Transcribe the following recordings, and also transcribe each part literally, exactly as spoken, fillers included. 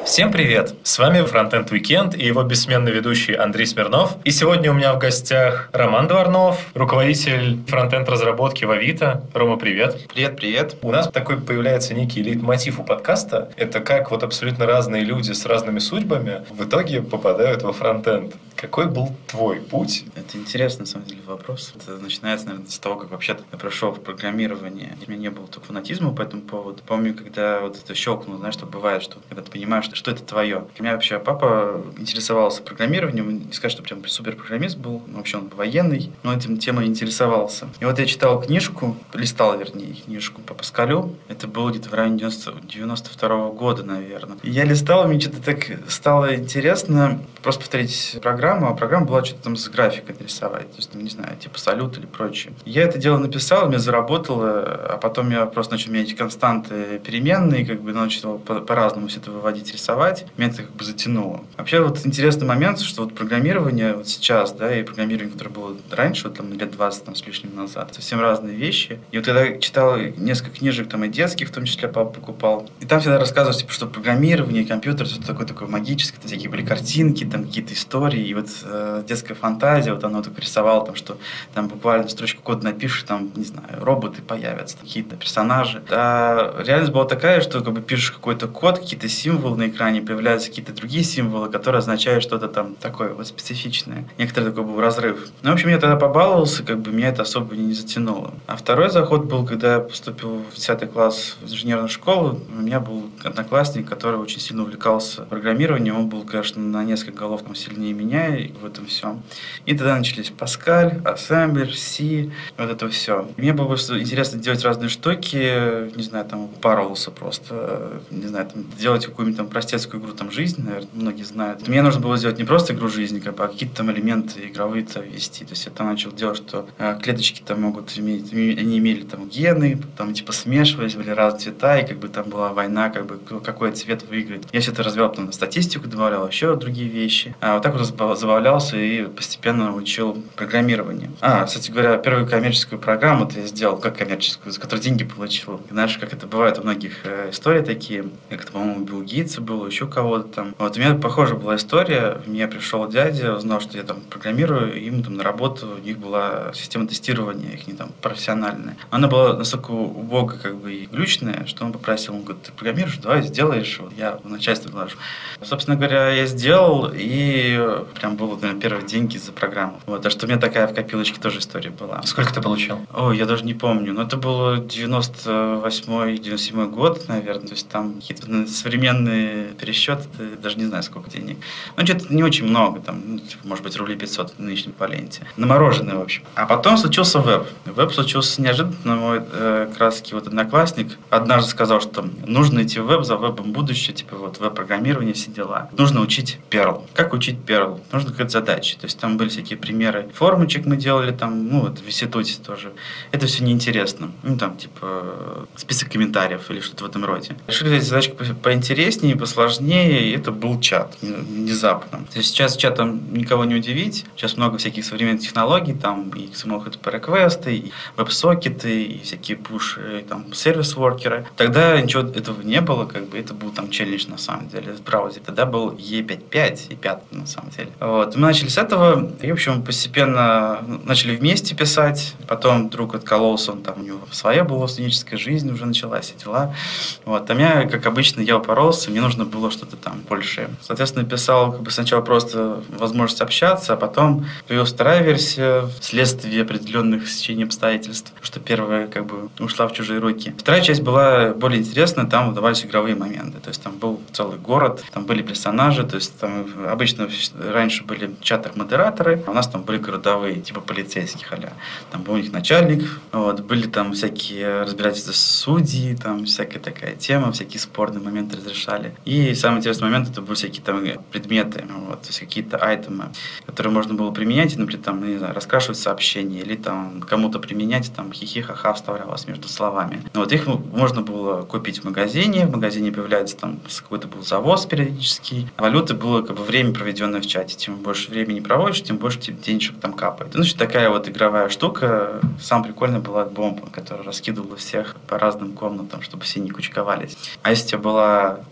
Всем привет! С вами Фронтенд Weekend и его бессменный ведущий Андрей Смирнов. И сегодня у меня в гостях Роман Дворнов, руководитель фронтенд разработки в Авито. Рома, привет! Привет, привет! У нас такой появляется некий лейтмотив у подкаста. Это как вот абсолютно разные люди с разными судьбами в итоге попадают во фронтенд. Какой был твой путь? Это интересный, на самом деле, вопрос. Это начинается, наверное, с того, как вообще я пришел в программирование. У меня не было такого фанатизма по этому поводу. Помню, когда вот это щелкнуло, знаешь, что бывает, что когда ты понимаешь, что, что это твое. У меня вообще папа интересовался программированием. Не сказать, что прям суперпрограммист был. Вообще он военный, но этим темой интересовался. И вот я читал книжку, листал, вернее, книжку по Паскалю. Это было где-то в районе девяносто второго года, наверное. И я листал, мне что-то так стало интересно просто повторить программу. А программа была что-то там с графикой нарисовать. То есть, не знаю, типа салют или прочее. Я это дело написал, мне заработало, а потом я просто начал менять константы переменные, как бы начал по- по-разному все это выводить, рисовать. Меня это как бы затянуло. Вообще вот интересный момент, что вот программирование вот сейчас, да, и программирование, которое было раньше, вот там лет двадцать там, с лишним назад, совсем разные вещи. И вот когда читал несколько книжек, там и детских, в том числе папа покупал, и там всегда рассказывалось, типа, что программирование, компьютер, это такое такое магическое, там всякие были картинки, там какие-то истории, и вот э, детская фантазия, вот оно только рисовало, там, что там буквально строчку кода напишешь, там, не знаю, роботы появятся, какие-то персонажи. А реальность была такая, что как бы пишешь какой-то код, какие-то символы на экране, появляются какие-то другие символы, которые означают что-то там такое вот специфичное. Некоторый такой был разрыв. Ну, в общем, я тогда побаловался, как бы меня это особо не затянуло. А второй заход был, когда я поступил в десятый класс в инженерную школу. У меня был одноклассник, который очень сильно увлекался программированием. Он был, конечно, на несколько голов там, сильнее меня в этом всем. И тогда начались Паскаль, Ассемблер, C, вот это все. Мне было интересно делать разные штуки, не знаю, там, упарывался просто, не знаю, там, делать какую-нибудь там простецкую игру, там, «Жизнь», наверное, многие знают. Мне нужно было сделать не просто игру жизни, как бы, а какие-то там элементы игровые-то ввести. То есть я там начал делать, что э, клеточки там могут иметь, они имели там гены, там, типа, смешивались, были разные цвета, и как бы там была война, как бы, какой цвет выиграет. Я все это развивал, потом на статистику добавлял, еще другие вещи. А вот так вот забавлялся и постепенно учил программирование. А, кстати говоря, первую коммерческую программу я сделал, как коммерческую, за которую деньги получил. Знаешь, как это бывает у многих э, историй такие, как это, по-моему, у Билл Гейтса было, еще кого-то там. Вот у меня похожая была история. У меня пришел дядя, узнал, что я там программирую, и ему там на работу, у них была система тестирования, их не там профессиональная. Она была настолько убого как бы и глючная, что он попросил, он говорит, ты программируешь, давай сделаешь, вот я в начальство глажу. Собственно говоря, я сделал, и прям было, наверное, первые деньги за программу. Вот, а что у меня такая в копилочке тоже история была. Сколько ты получил? Ой, я даже не помню, но это было девяносто восьмой девяносто седьмой год, наверное, то есть там какие-то современные пересчеты, даже не знаю, сколько денег. Ну, что-то не очень много, там, ну, типа, может быть, рублей пятьсот в нынешнем эквиваленте. Намороженное, в общем. А потом случился веб. Веб случился неожиданно. Мой э, как раз таки вот одноклассник однажды сказал, что нужно идти в веб, за вебом будущее, типа вот веб-программирование, все дела. Нужно учить Perl. Как учить Perl? Нужно какие-то задачи. То есть там были всякие примеры формочек мы делали, там, ну, вот в институте тоже. Это все неинтересно. Ну, там, типа, список комментариев или что-то в этом роде. Решили взять задачку поинтереснее, посложнее, и это был чат внезапно. То есть сейчас чатом никого не удивить. Сейчас много всяких современных технологий, там и самого эйч ти ти пи-реквесты, и веб-сокеты, и всякие пуши, и там сервис-воркеры. Тогда ничего этого не было, как бы это был там челлендж на самом деле в браузере. Тогда был и пять пять, и пять на самом деле. Вот. Мы начали с этого, и, в общем, постепенно начали вместе писать. Потом друг откололся, он там, у него своя была студенческая жизнь, уже началась, и дела. Вот. А меня, как обычно, я упоролся, мне нужно было что-то там большее. Соответственно, писал как бы сначала просто возможность общаться, а потом появилась вторая версия вследствие определенных стечений обстоятельств, что первая как бы ушла в чужие руки. Вторая часть была более интересная, там выдавались игровые моменты. То есть там был целый город, там были персонажи, то есть там обычно раньше были в чатах модераторы, а у нас там были городовые, типа полицейских а-ля. Там был у них начальник, вот, были там всякие разбирательства судей, там всякая такая тема, всякие спорные моменты разрешали. И самый интересный момент это были всякие там предметы, вот, то есть какие-то айтемы, которые можно было применять, например, там, не знаю, раскрашивать сообщения, или там кому-то применять, там хихи, ха-ха вставлялось между словами. Вот их можно было купить в магазине, в магазине появляется там какой-то был завоз периодический, а валюта было как бы время, проведенное в чате. Чем больше времени проводишь, тем больше тебе денежек там капает. Ну, что такая вот игровая штука. Самая прикольная была бомба, которая раскидывала всех по разным комнатам, чтобы все не кучковались. А если у тебя была каска,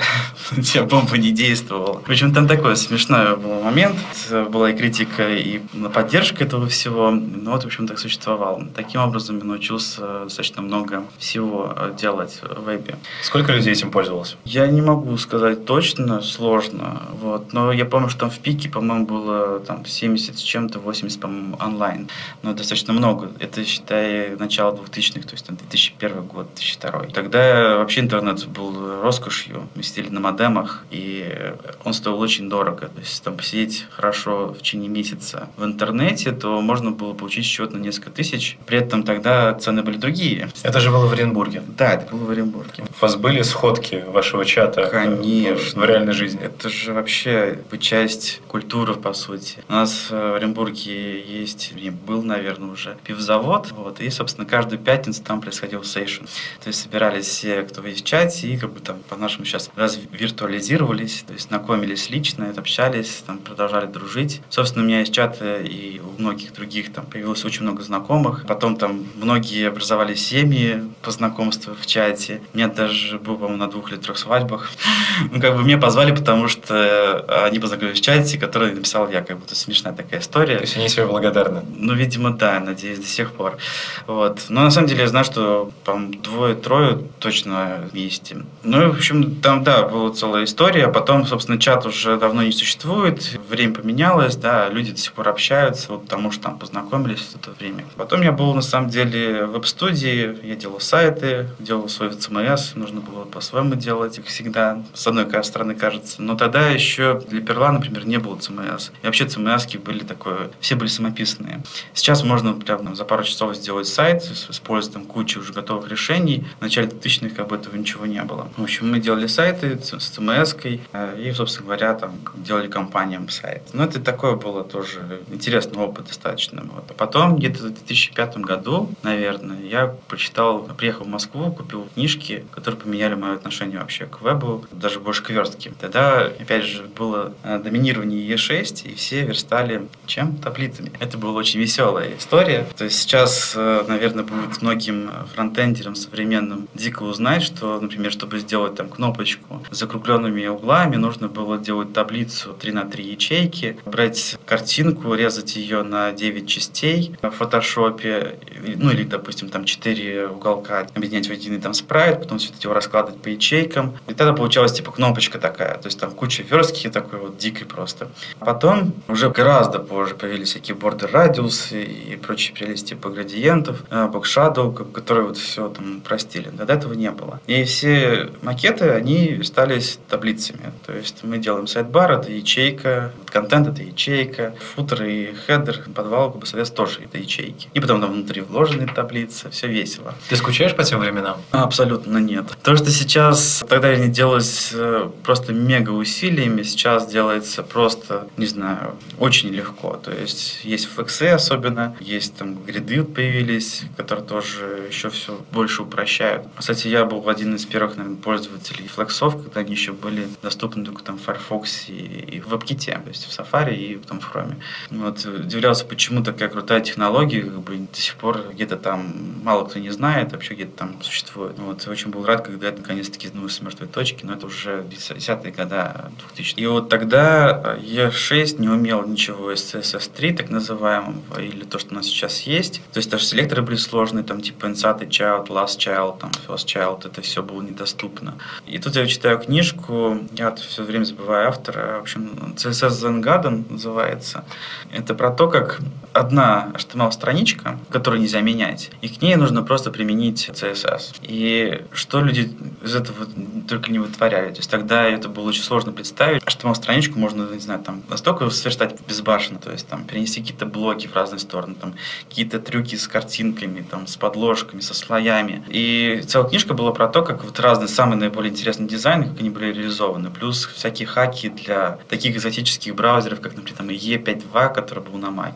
тебя бомба не действовала. Причем там такой смешной был момент. Была и критика, и поддержка этого всего. Ну вот, в общем, так существовало. Таким образом я научился достаточно много всего делать в вебе. Сколько людей этим пользовалось? Я не могу сказать точно, сложно. Вот. Но я помню, что там в пике, по-моему, было там семьдесят с чем-то, восемьдесят, по-моему, онлайн. Но достаточно много. Это, считай, начало двухтысячных, то есть там две тысячи первый год, две тысячи второй. Тогда вообще интернет был роскошью. Мы сидели на модемах, и он стоил очень дорого. То есть там посидеть хорошо в течение месяца в интернете, то можно было получить счет на несколько тысяч. При этом тогда цены были другие. Это же было в Оренбурге. Да, это было в Оренбурге. У вас были сходки вашего чата? Конечно. В реальной жизни? Это же вообще часть культуры, по сути. У нас в Оренбурге есть, был, наверное, уже пивзавод. Вот, и, собственно, каждую пятницу там происходил сейшн. То есть собирались все, кто есть в чате, и как бы там по-нашему сейчас раз виртуализировались, то есть знакомились лично, общались, там продолжали дружить. Собственно, у меня есть чаты, и у многих других там появилось очень много знакомых. Потом там многие образовали семьи по знакомству в чате. У меня даже был, по-моему, на двух или трех свадьбах. Ну, как бы меня позвали, потому что они познакомились в чате, который написал я. Как будто смешная такая история. То есть они себе благодарны? Ну, видимо, да, надеюсь, до сих пор. Вот. Но на самом деле я знаю, что там двое-трое точно вместе. Ну, в общем, там, да, была целая история. А потом, собственно, чат уже давно не существует. Время поменялось, да, люди до сих пор общаются, вот, потому что там познакомились в это время. Потом я был, на самом деле, в веб-студии, я делал сайты, делал свой си эм эс, нужно было по-своему делать, как всегда, с одной стороны, кажется. Но тогда еще для Перла, например, не было си эм эс. И вообще си эм эс-ки были такое, все были самописные. Сейчас можно прямо за пару часов сделать сайт, используя там кучу уже готовых решений. В начале двухтысячных как бы этого ничего не было. В общем, мы делали сайты с си эм эс-кой и, собственно говоря, там делали компаниям сайт. Но это такое было тоже интересный опыт достаточно. Вот. А потом, где-то в две тысячи пятом году, наверное, я прочитал, приехал в Москву, купил книжки, которые поменяли мое отношение вообще к вебу, даже больше к верстке. Тогда, опять же, было доминирование и шесть, и все верстали чем? Таблицами. Это была очень веселая история. То есть сейчас, наверное, будет многим фронтендерам современным дико узнать, что, например, чтобы сделать там кнопочку с закругленными углами, нужно было делать таблицу три на три ячейки, брать картинку, резать ее на девять частей в фотошопе, ну или, допустим, там четыре уголка объединять в один там спрайт, потом все это его раскладывать по ячейкам. И тогда получалась типа кнопочка такая, то есть там куча верстки такой вот дикой просто. Потом уже гораздо позже появились всякие border radius и прочие прелести типа градиентов, box shadow, которые вот все там простили. До этого не было. И все макеты, они верстались таблицами. То есть мы делаем сайдбар, это ячейка, контент это ячейка, футер и хедер, подвал, как бы, соответственно, тоже это ячейки. И потом там внутри вложены таблицы, все весело. Ты скучаешь по тем временам? Абсолютно нет. То, что сейчас, тогда не делалось просто мега усилиями, сейчас делается просто, не знаю, очень легко. То есть есть флексы особенно, есть там гриды появились, которые тоже еще все больше упрощают. Кстати, я был один из первых, наверное, пользователей флексов, когда они еще были доступны только там в Firefox и, и в WebKit, то есть в Safari и потом в Chrome. Вот, удивлялся, почему такая крутая технология, как бы до сих пор где-то там мало кто не знает, вообще где-то там существует. Вот, очень был рад, когда это наконец-таки сдвинулось с мертвой точки, но это уже десятые годы двухтысячных. И вот тогда и шесть не умел ничего из си эс эс три, так называемого, или то, что у нас сейчас есть. То есть даже селекторы были сложные, там типа insert child, last child, там first child, это все было недоступно. И тут я читаю книжку, я все время забываю автора, в общем, си эс эс Zen Garden называется. Это про то, как одна эйч ти эм эль-страничка, которую нельзя менять, и к ней нужно просто применить си эс эс. И что люди из этого только не вытворяли. То есть тогда это было очень сложно представить. эйч ти эм эль-страничку можно, не знаю, там настолько сверстать безбашенно, то есть там перенести какие-то блоки в разные стороны, там какие-то трюки с картинками, там с подложками, со слоями. И целая книжка была про то, как вот разные самые наиболее интересные дизайны, как они были реализованы. Плюс всякие хаки для таких экзотических браузеров, как, например, там и и пять точка два, который был на Маке, например.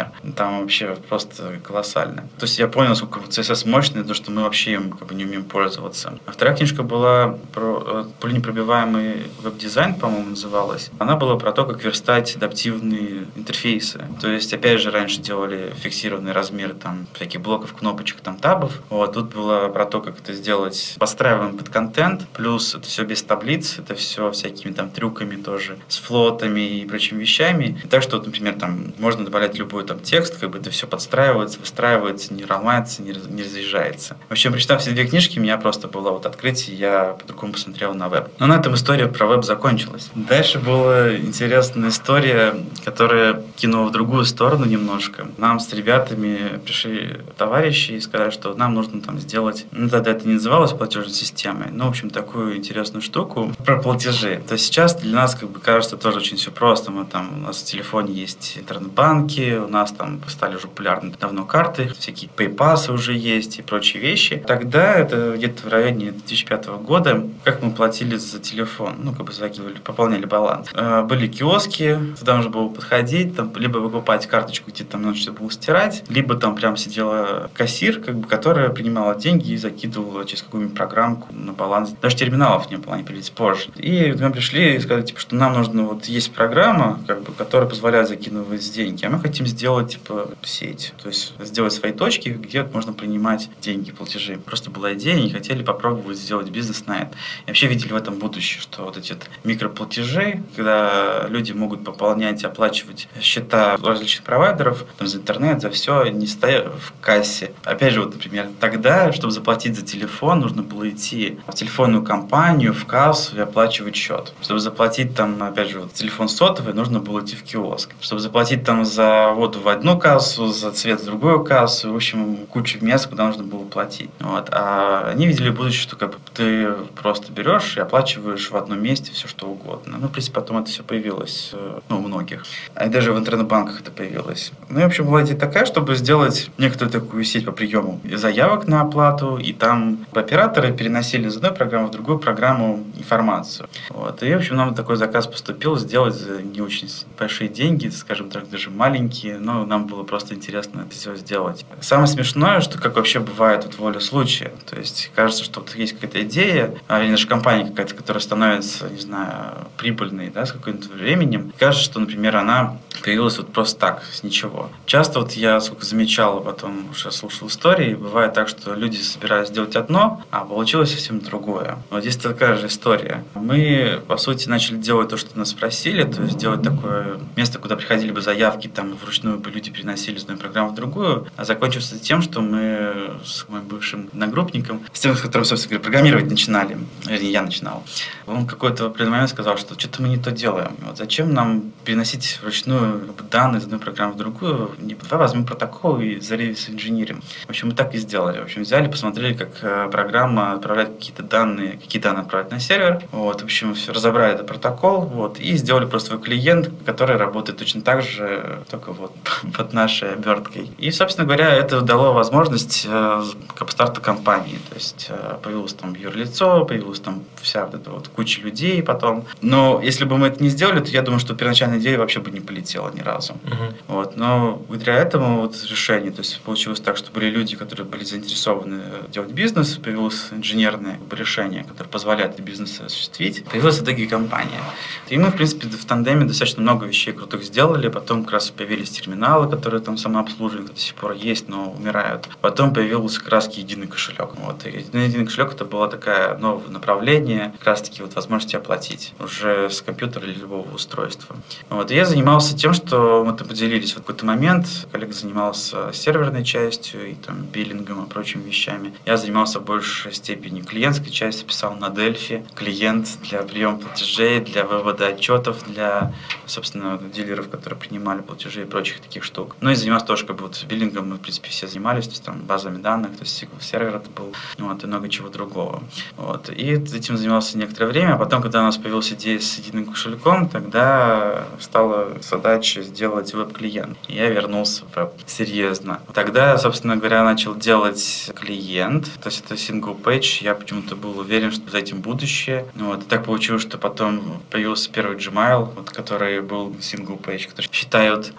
например. Там вообще просто колоссально. То есть я понял, насколько си эс эс мощный, то, что мы вообще им как бы не умеем пользоваться. А вторая книжка была про пуленепробиваемый веб-дизайн, по-моему, называлась. Она была про то, как верстать адаптивные интерфейсы. То есть, опять же, раньше делали фиксированный размер там всяких блоков, кнопочек, там табов. Вот тут было про то, как это сделать, подстраиваем под контент, плюс это все без таблиц, это все всякими там трюками тоже, с флотами и прочими вещами. И так что, вот, например, там можно добавлять любой там текст, как бы это все подстраивается, выстраивается, не ломается, не, раз, не разъезжается. В общем, прочитав все две книжки, у меня просто было вот открытие, я по-другому посмотрел на веб. Но на этом история про веб закончилась. Дальше была интересная история, которая кинула в другую сторону немножко. Нам с ребятами пришли товарищи и сказали, что нам нужно там сделать, ну тогда это не называлось платежной системой, но в общем такую интересную штуку про платежи. То есть сейчас для нас как бы кажется тоже очень все просто. Мы там, у нас в телефоне есть интернет-банки, у нас там стали уже популярны давно карты, всякие PayPass уже есть и прочие вещи. Тогда, это где-то в районе две тысячи пятого года, как мы платили за телефон, ну как бы закидывали, пополняли баланс. Были киоски, туда нужно было подходить, там, либо выкупать карточку, где там нужно было стирать, либо там прям сидела кассир, как бы, которая принимала деньги и закидывала через какую-нибудь программку на баланс. Даже терминалов не было, они появились позже. И мы пришли и сказали, типа, что нам нужно, вот есть программа, как бы, которая позволяет закидывать деньги, а мы хотим сделать типа сеть, то есть сделать свои точки, где можно принимать деньги, платежи. Просто была идея, и хотели попробовать сделать бизнес на это. И вообще видели в этом будущее, что вот эти вот микроплатежи, когда люди могут пополнять, оплачивать счета различных провайдеров, там, за интернет, за все, не стоя в кассе. Опять же, вот, например, тогда, чтобы заплатить за телефон, нужно было идти в телефонную компанию, в кассу и оплачивать счет. Чтобы заплатить там, опять же, вот, телефон сотовый, нужно было идти в киоск. Чтобы заплатить там за воду в одну кассу, за цвет в другую кассу, в общем, куча мест, куда нужно было платить. Вот. А они видели будущее, что как бы, ты просто берешь и оплачиваешь в одном месте все, что угодно. Ну, в принципе, потом это все появилось, ну, у многих. А даже в интернет-банках это появилось. Ну, и, в общем, была идея такая, чтобы сделать некоторую такую сеть по приему заявок на оплату, и там операторы переносили из одной программы в другую программу информацию. Вот. И, в общем, нам такой заказ поступил сделать за не очень большие деньги, скажем так, даже маленькие, но нам было просто интересно это все сделать. Самое смешное, что как вообще бывает вот воля случая. То есть кажется, что вот есть какая-то идея, или наша компания какая-то, которая становится, не знаю, прибыльной, да, с каким-то временем. Кажется, что, например, она появилась вот просто так, с ничего. Часто вот я, сколько замечал, потом уже слушал истории, бывает так, что люди собирались сделать одно, а получилось совсем другое. Вот здесь такая же история. Мы, по сути, начали делать то, что нас просили, то есть делать такое место, куда приходили бы заявки, там вручную бы люди переносили из одной программы в другую, а закончилось тем, что мы с моим бывшим одногруппником, с тем, с которым, собственно говоря, программировать начинали, вернее, я начинал, он в какой-то определенный момент сказал, что что-то мы не то делаем. Вот зачем нам переносить вручную как бы, данные из одной программы в другую? Давай возьмем протокол и заревис инжинирим. В общем, мы так и сделали. В общем, взяли, посмотрели, как программа отправляет какие-то данные, какие данные отправляет на сервер. Вот, в общем, все, разобрали этот протокол, вот, и сделали просто свой клиент, который работает точно так же, только вот под нашей оберткой. И, собственно говоря, это дало возможность э, к старту компании. То есть э, появилось там юрлицо, появилась там вся вот эта вот куча людей потом. Но если бы мы это не сделали, то я думаю, что первоначальная идея вообще бы не полетела ни разу. Uh-huh. Вот. Но благодаря этому вот решению, то есть получилось так, что были люди, которые были заинтересованы делать бизнес, появилось инженерное как бы, решение, которое позволяет бизнес осуществить, появилась в итоге компания. И мы, в принципе, в тандеме достаточно много вещей крутых сделали, потом как раз появились терминалы, которые там самообслуживают, до сих пор есть, но умирают. Потом появился как раз единый кошелек. Вот. И единый кошелек это было такое новое направление, как раз таки вот возможности оплатить уже с компьютера или любого устройства. Вот. И я занимался тем, что мы поделились в какой-то момент, коллега занимался серверной частью и там биллингом и прочими вещами. Я занимался в большей степени клиентской частью, писал на Delphi клиент для приема платежей, для вывода отчетов, для, собственно, дилеров, которые принимали платежи и прочих таких штук. Ну и занимался тоже как бы вот биллингом, мы, в принципе, все занимались, то есть там базами данных, то есть сервер это был, вот, и много чего другого. Вот. И этим занимался некоторое время, а потом, когда у нас появилась идея с единым кошельком, тогда стала задача сделать веб-клиент. И я вернулся в веб. Серьезно. Тогда, собственно говоря, начал делать клиент, то есть это single page, я почему-то был уверен, что за этим будущее. Вот. И так получилось, что потом появился первый Gmail, вот, который был single page, который считают одним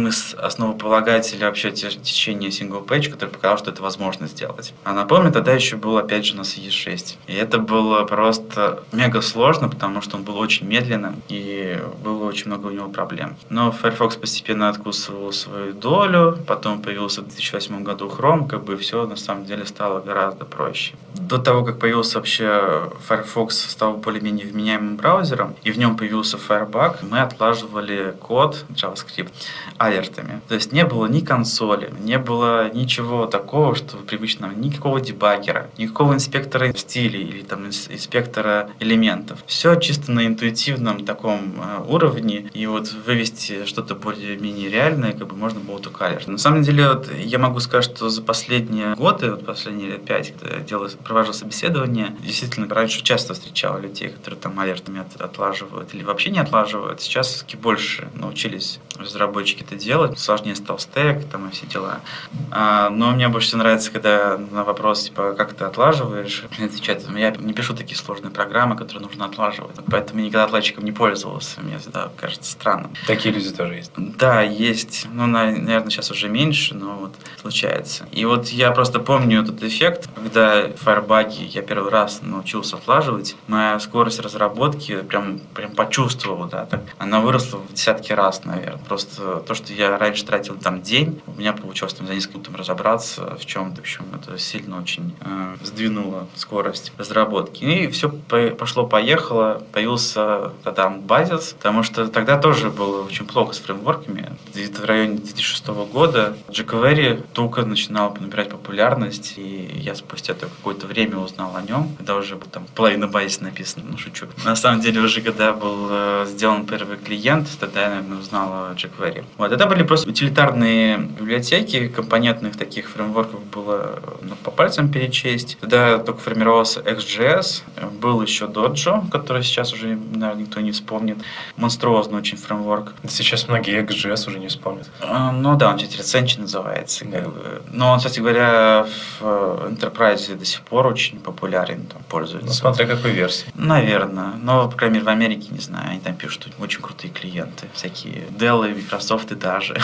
одним из основополагателей вообще течения Single Page, который показал, что это возможно сделать. А напомню, тогда еще был, опять же, у нас и и шесть. И это было просто мега сложно, потому что он был очень медленным, и было очень много у него проблем. Но Firefox постепенно откусывал свою долю, потом появился в две тысячи восьмом году Chrome, как бы все на самом деле стало гораздо проще. До того, как появился вообще Firefox, стал более-менее вменяемым браузером, и в нем появился Firebug, мы отлаживали код JavaScript алертами. То есть не было ни консоли, не было ничего такого, что привычно, никакого дебаггера, никакого инспектора стилей или там инспектора элементов. Все чисто на интуитивном таком уровне, и вот вывести что-то более-менее реальное как бы можно было только алерт. На самом деле вот, я могу сказать, что за последние годы, вот последние лет пять, когда я делал, провожу собеседование, действительно раньше часто встречал людей, которые там алертами от, отлаживают или вообще не отлаживают. Сейчас все-таки больше научились разработчики это делать, сложнее стал стек, там и все дела. А, но мне больше всего нравится, когда на вопрос, типа, как ты отлаживаешь, отвечать, я не пишу такие сложные программы, которые нужно отлаживать, поэтому я никогда отладчиком не пользовался, мне всегда кажется странным. Такие люди тоже есть? Да, есть. Ну, наверное, сейчас уже меньше, но вот случается. И вот я просто помню этот эффект, когда в Firebug я первый раз научился отлаживать, моя скорость разработки прям, прям почувствовала, да, так, она выросла в десятки раз, наверное. Просто то, что я раньше тратил там день, у меня получилось там за несколько минут разобраться в чем-то, в чем это сильно очень э, сдвинуло скорость разработки. И все пошло-поехало, появился тогда базис, потому что тогда тоже было очень плохо с фреймворками. Где-то в районе две тысячи шестого года jQuery только начинал набирать популярность, и я спустя какое-то время узнал о нем, когда уже там половина базис написана, ну шучу. На самом деле уже когда был э, сделан первый клиент, тогда я, наверное, узнал о jQuery. Вот, это были просто утилитарные библиотеки, компонентных таких фреймворков было ну, по пальцам перечесть. Тогда только формировался экс джей эс, был еще Dojo, который сейчас уже, наверное, никто не вспомнит. Монструозный очень фреймворк. Сейчас многие экс джей эс уже не вспомнят. А, ну да, он теперь Recension называется. Да. Как бы. Но он, кстати говоря, в Enterprise до сих пор очень популярен, там пользуется. Ну, смотря какой версии. Наверное. Но, по крайней мере, в Америке, не знаю, они там пишут очень крутые клиенты. Всякие Dell, Microsoft и даже.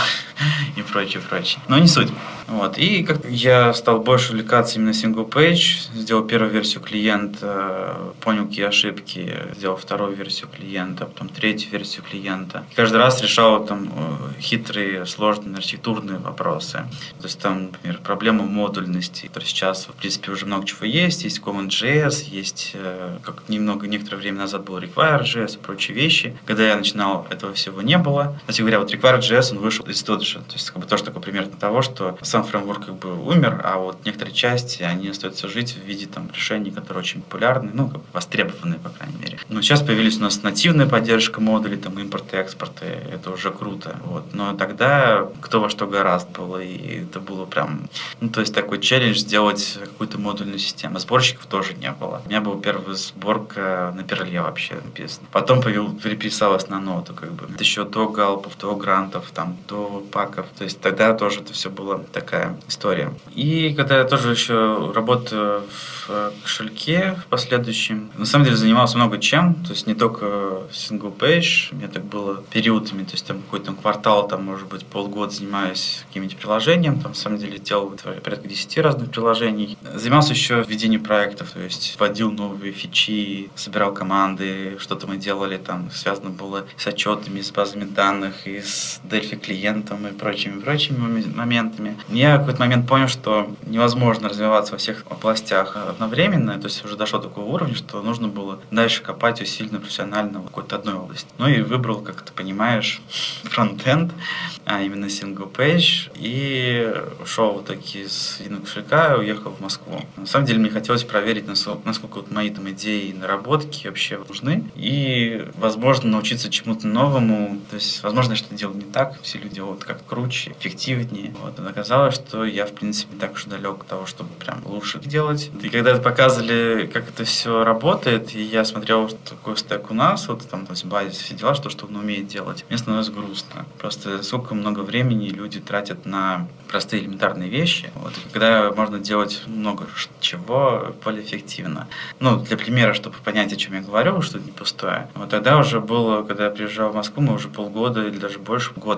и прочее, прочее. Но не суть. Вот. И как я стал больше увлекаться именно Single Page, сделал первую версию клиента, понял, какие ошибки, сделал вторую версию клиента, потом третью версию клиента. И каждый раз решал там хитрые, сложные архитектурные вопросы. То есть там, например, проблема модульности, которая сейчас, в принципе, уже много чего есть. Есть Common.js, есть, как немного, некоторое время назад был Require.js и прочие вещи. Когда я начинал, этого всего не было. Кстати говоря, вот Require.js, он вышел из Dojo. То есть, как бы тоже такой пример того, что сам фреймворк как бы умер, а вот некоторые части, они остаются жить в виде там решений, которые очень популярны, ну, как бы востребованные, по крайней мере. Но сейчас появились у нас нативная поддержка модулей, там, импорты, экспорты, это уже круто. Вот. Но тогда кто во что гораздо было, и это было прям, ну, то есть такой челлендж сделать какую-то модульную систему. Сборщиков тоже не было. У меня была первая сборка на перле вообще написана. Потом переписалась на ноту, как бы. Это еще до галпов, до грантов, там, до паков. То есть тогда тоже это все была такая история. И когда я тоже еще работаю в кошельке в последующем, на самом деле занимался много чем, то есть не только Single Page, у меня так было периодами, то есть там какой-то квартал, там, может быть, полгода занимаюсь каким-нибудь приложением, там, на самом деле, делал порядка десяти разных приложений. Занимался еще введением проектов, то есть вводил новые фичи, собирал команды, что-то мы делали, там, связано было с отчетами, с базами данных, и с Delphi клиентом и прочими, прочими моментами. Я в какой-то момент понял, что невозможно развиваться во всех областях одновременно, то есть уже дошло до такого уровня, что нужно было дальше копать усиленно, профессионально в какой-то одной области. Ну и выбрал, как ты понимаешь, фронтенд, а именно Single Page, и ушел вот таки из единого кошелька и уехал в Москву. На самом деле мне хотелось проверить, насколько вот мои там идеи и наработки вообще нужны, и, возможно, научиться чему-то новому. То есть, возможно, я что-то делал не так, все люди делают как круче, эффективнее. Вот. И оказалось, что я, в принципе, так уж далек от того, чтобы прям лучше делать. И когда показывали, как это все работает, и я смотрел, что такой стек у нас, вот там, то есть базис, все дела, что, что он умеет делать, мне становится грустно. Просто сколько много времени люди тратят на простые элементарные вещи, вот, и когда можно делать много чего более эффективно. Ну, для примера, чтобы понять, о чем я говорю, что это не пустое. Вот тогда уже было, когда я приезжал в Москву, мы уже полгода или даже больше, год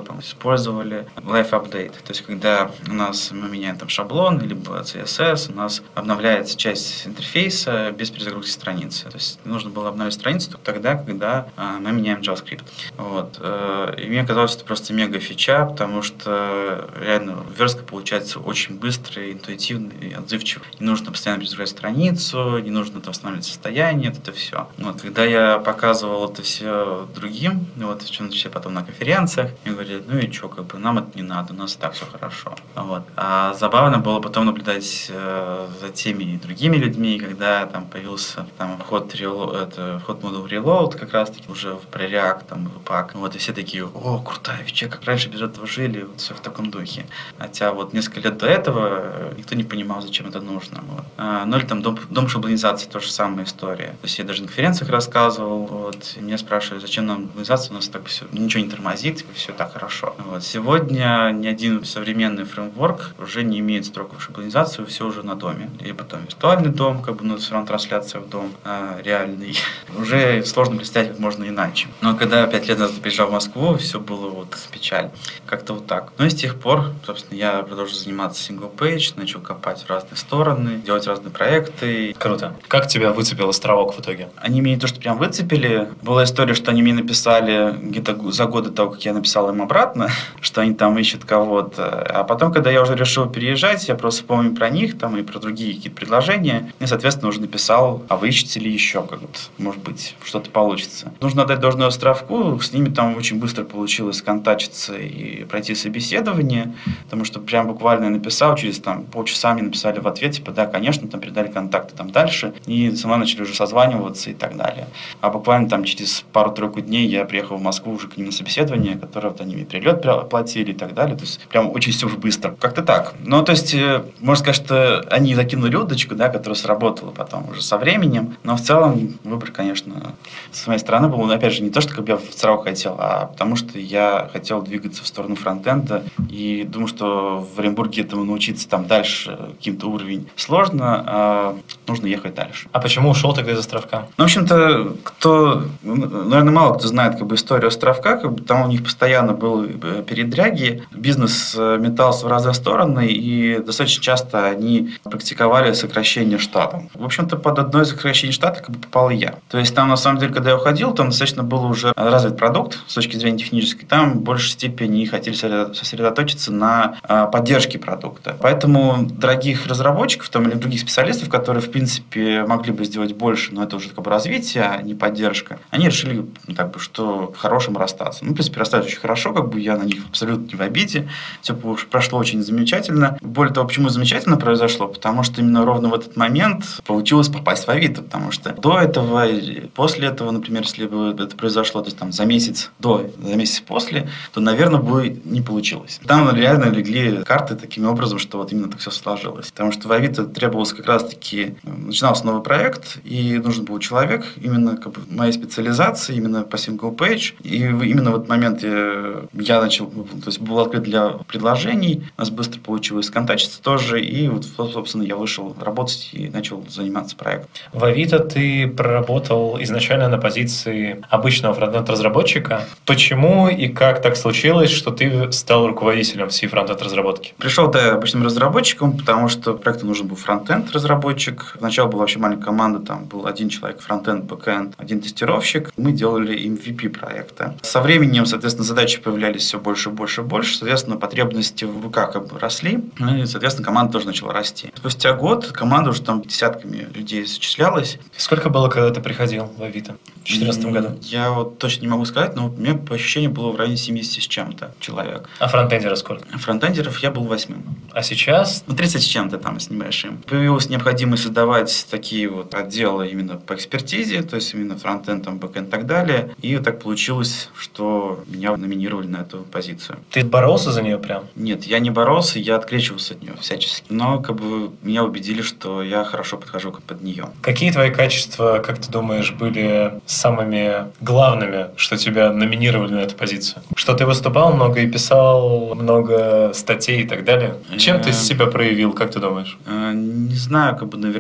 делал. Использовали Live Update. То есть, когда у нас мы меняем там шаблон, либо си эс эс, у нас обновляется часть интерфейса без перезагрузки страницы. То есть, нужно было обновить страницу только тогда, когда а, мы меняем JavaScript. Вот. И мне казалось, это просто мега фича, потому что реально верстка получается очень быстрой, интуитивной и отзывчивой. Не нужно постоянно перезагружать страницу, не нужно там восстанавливать состояние, это все. Вот. Когда я показывал это все другим, вот, в чем числе потом на конференциях, мне говорили, ну и что, как бы нам это не надо, у нас и так все хорошо. Вот. А забавно было потом наблюдать э, за теми и другими людьми, когда там появился там, вход, reload, это, вход модул Reload, как раз таки уже в React, там, в пак. Вот, и все такие, о, крутая фича, как раньше без этого жили, вот все в таком духе. Хотя вот несколько лет до этого никто не понимал, зачем это нужно. Вот. А, ну или там дом, дом шаблонизации, тоже самая история. То есть я даже на конференциях рассказывал, вот, и меня спрашивали, зачем нам шаблонизация, у нас так все, ничего не тормозит, все так хорошо. Вот. Сегодня ни один современный фреймворк уже не имеет строгую шаблонизацию, все уже на доме. Либо там виртуальный дом, как бы, но все равно трансляция в дом а, реальный. Уже сложно представить, как можно иначе. Но когда пять лет назад приезжал в Москву, все было вот печаль. Как-то вот так. Ну и с тех пор, собственно, я продолжил заниматься single page, начал копать в разные стороны, делать разные проекты. Круто. Как тебя выцепил островок в итоге? Они меня не то, что прям выцепили. Была история, что они мне написали где-то за годы того, как я написал им обратно, что они там ищут кого-то. А потом, когда я уже решил переезжать, я просто вспомнил про них там и про другие какие-то предложения. И, соответственно, уже написал, а вы ищете ли еще как-то, может быть, что-то получится. Нужно отдать должное островку. С ними там очень быстро получилось контачиться и пройти собеседование, потому что прям буквально я написал, через там полчаса мне написали в ответ, типа, да, конечно, там передали контакты там дальше, и со мной начали уже созваниваться и так далее. А буквально там через пару-тройку дней я приехал в Москву уже к ним на собеседование, которое вот они мне прилет оплатили и так далее, то есть прям очень все быстро. Как-то так. Ну, то есть, можно сказать, что они закинули удочку, да, которая сработала потом уже со временем, но в целом выбор, конечно, с моей стороны был, но опять же, не то, что как бы я в ЦРАУ хотел, а потому что я хотел двигаться в сторону фронтенда и думаю, что в Оренбурге этому научиться там дальше каким-то уровень сложно, а нужно ехать дальше. А почему ушел тогда из островка? Ну, в общем-то, кто, наверное, мало кто знает как бы историю островка, как бы там у них постоянно были передряги, бизнес метался в разные стороны, и достаточно часто они практиковали сокращение штата. В общем-то, под одно из сокращений штата как бы попал и я. То есть там, на самом деле, когда я уходил, там достаточно был уже развит продукт с точки зрения технической, там в большей степени хотели сосредоточиться на поддержке продукта. Поэтому дорогих разработчиков там, или других специалистов, которые, в принципе, могли бы сделать больше, но это уже как бы развитие, а не поддержка, они решили, ну, так бы, что хорошим расстаться. Ну, в принципе, расстались очень хорошо, как бы я на них абсолютно не в обиде, все прошло очень замечательно. Более того, почему замечательно произошло? Потому что именно ровно в этот момент получилось попасть в Авито, потому что до этого или после этого, например, если бы это произошло, то есть там за месяц до, за месяц после, то, наверное, бы не получилось. Там реально легли карты таким образом, что вот именно так все сложилось. Потому что в Авито требовалось как раз-таки, начинался новый проект, и нужен был человек именно как бы моей специализации, именно по single page. И именно в этот момент я, я начал, то есть был открыт для предложений, у нас быстро получилось сконтачиться тоже, и вот, собственно, я вышел работать и начал заниматься проектом. В Авито ты проработал изначально на позиции обычного фронтенд-разработчика. Почему и как так случилось, что ты стал руководителем всей фронтенд-разработки? Пришел я обычным разработчиком, потому что проекту нужен был фронтенд-разработчик. Сначала была вообще маленькая команда, там был один человек фронтенд, бэкенд, один тестировщик. Мы делали эм ви пи проекта. Со временем, соответственно, задачи появлялись все больше, больше, больше. Соответственно, потребности в ВК как бы росли. И, соответственно, команда тоже начала расти. Спустя год команда уже там десятками людей исчислялась. Сколько было, когда ты приходил в Авито? В две тысячи четырнадцатом году? Я вот точно не могу сказать, но у меня по ощущению было в районе семьдесят с чем-то человек. А фронтендера сколько? Фронтендеров я был восьмым. А сейчас? Ну, тридцать с чем-то там, с небольшим. Появилась необходимость создавать такие вот отделы именно по экспертизе, то есть именно фронтенд, там, бэкенд и так далее. И вот так получилось, что меня номинировали на эту позицию. Ты боролся за нее прям? Нет, я не боролся, я открещивался от нее всячески. Но как бы меня убедили, что я хорошо подхожу под нее. Какие твои качества, как ты думаешь, были самыми главными, что тебя номинировали на эту позицию? Что ты выступал много и писал много статей и так далее? Чем ты себя проявил, как ты думаешь? Не знаю, как бы наверняка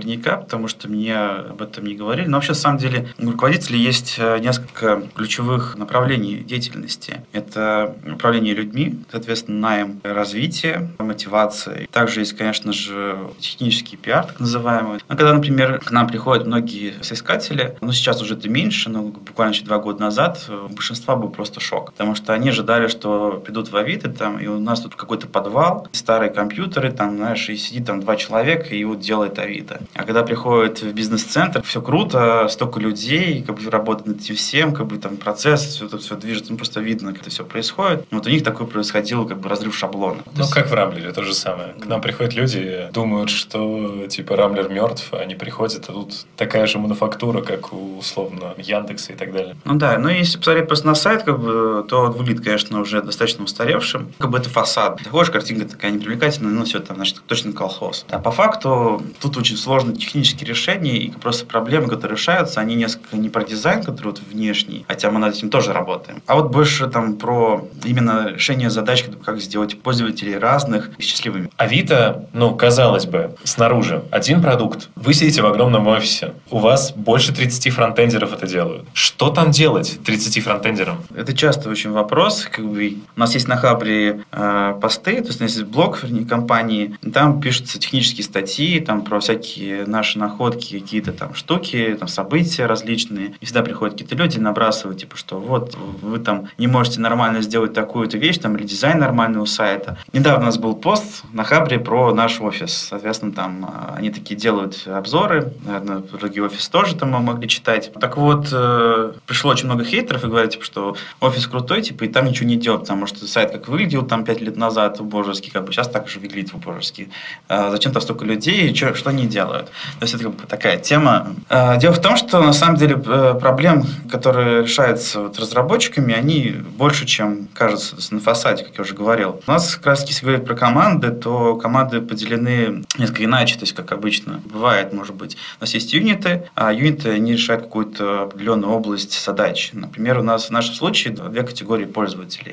наверняка, потому что мне об этом не говорили. Но вообще, на самом деле, у руководителей есть несколько ключевых направлений деятельности. Это управление людьми, соответственно, найм, развитие, мотивация. Также есть, конечно же, технический пиар, так называемый. Но когда, например, к нам приходят многие соискатели, ну, сейчас уже это меньше, но буквально еще два года назад у большинства был просто шок. Потому что они ожидали, что придут в Авито, там, и у нас тут какой-то подвал, старые компьютеры, там, знаешь, и сидит там два человека, и вот делает Авито. А когда приходит в бизнес-центр, все круто, столько людей, как бы работают над этим всем, как бы там процесс, все это все движется, ну, просто видно, как это все происходит. Вот у них такое происходило, как бы разрыв шаблона. Ну, есть... как в Рамблере, то же самое. К нам приходят люди, думают, что, типа, Рамблер мертв, они приходят, а тут такая же мануфактура, как у, условно, Яндекса и так далее. Ну да, но если посмотреть просто на сайт, как бы, то он выглядит, конечно, уже достаточно устаревшим. Как бы это фасад. Заходишь, картинка такая непривлекательная, ну все, там, значит, точно колхоз. А по факту тут очень сложные технические решения и просто проблемы, которые решаются, они несколько не про дизайн, который вот внешний, хотя мы над этим тоже работаем, а вот больше там про именно решение задач, как сделать пользователей разных и счастливыми. Авито, ну, казалось бы, снаружи один продукт. Вы сидите в огромном офисе, у вас больше тридцати фронтендеров это делают. Что там делать тридцати фронтендерам? Это часто очень вопрос. Как бы, у нас есть на Хабре э, посты, то есть у нас есть блог, вернее, компании, там пишутся технические статьи, там про всякие наши находки, какие-то там штуки, там события различные. И всегда приходят какие-то люди, набрасывают, типа, что вот вы там не можете нормально сделать такую-то вещь, там, или дизайн нормальный у сайта. Недавно у нас был пост на Хабре про наш офис. Соответственно, там они такие делают обзоры, наверное, другие офисы тоже там мы могли читать. Так вот, э, пришло очень много хейтеров и говорят, типа, что офис крутой, типа, и там ничего не делать, потому что сайт как выглядел там пять лет назад убожески, как бы сейчас так же выглядит убожески. А зачем там столько людей, что, что они делают? То есть это как бы такая тема. А, дело в том, что на самом деле проблем, которые решаются вот разработчиками, они больше, чем кажется на фасаде, как я уже говорил. У нас как раз, если говорить про команды, то команды поделены несколько иначе, то есть как обычно бывает, может быть. У нас есть юниты, а юниты, они решают какую-то определенную область задач. Например, у нас в нашем случае две категории пользователей.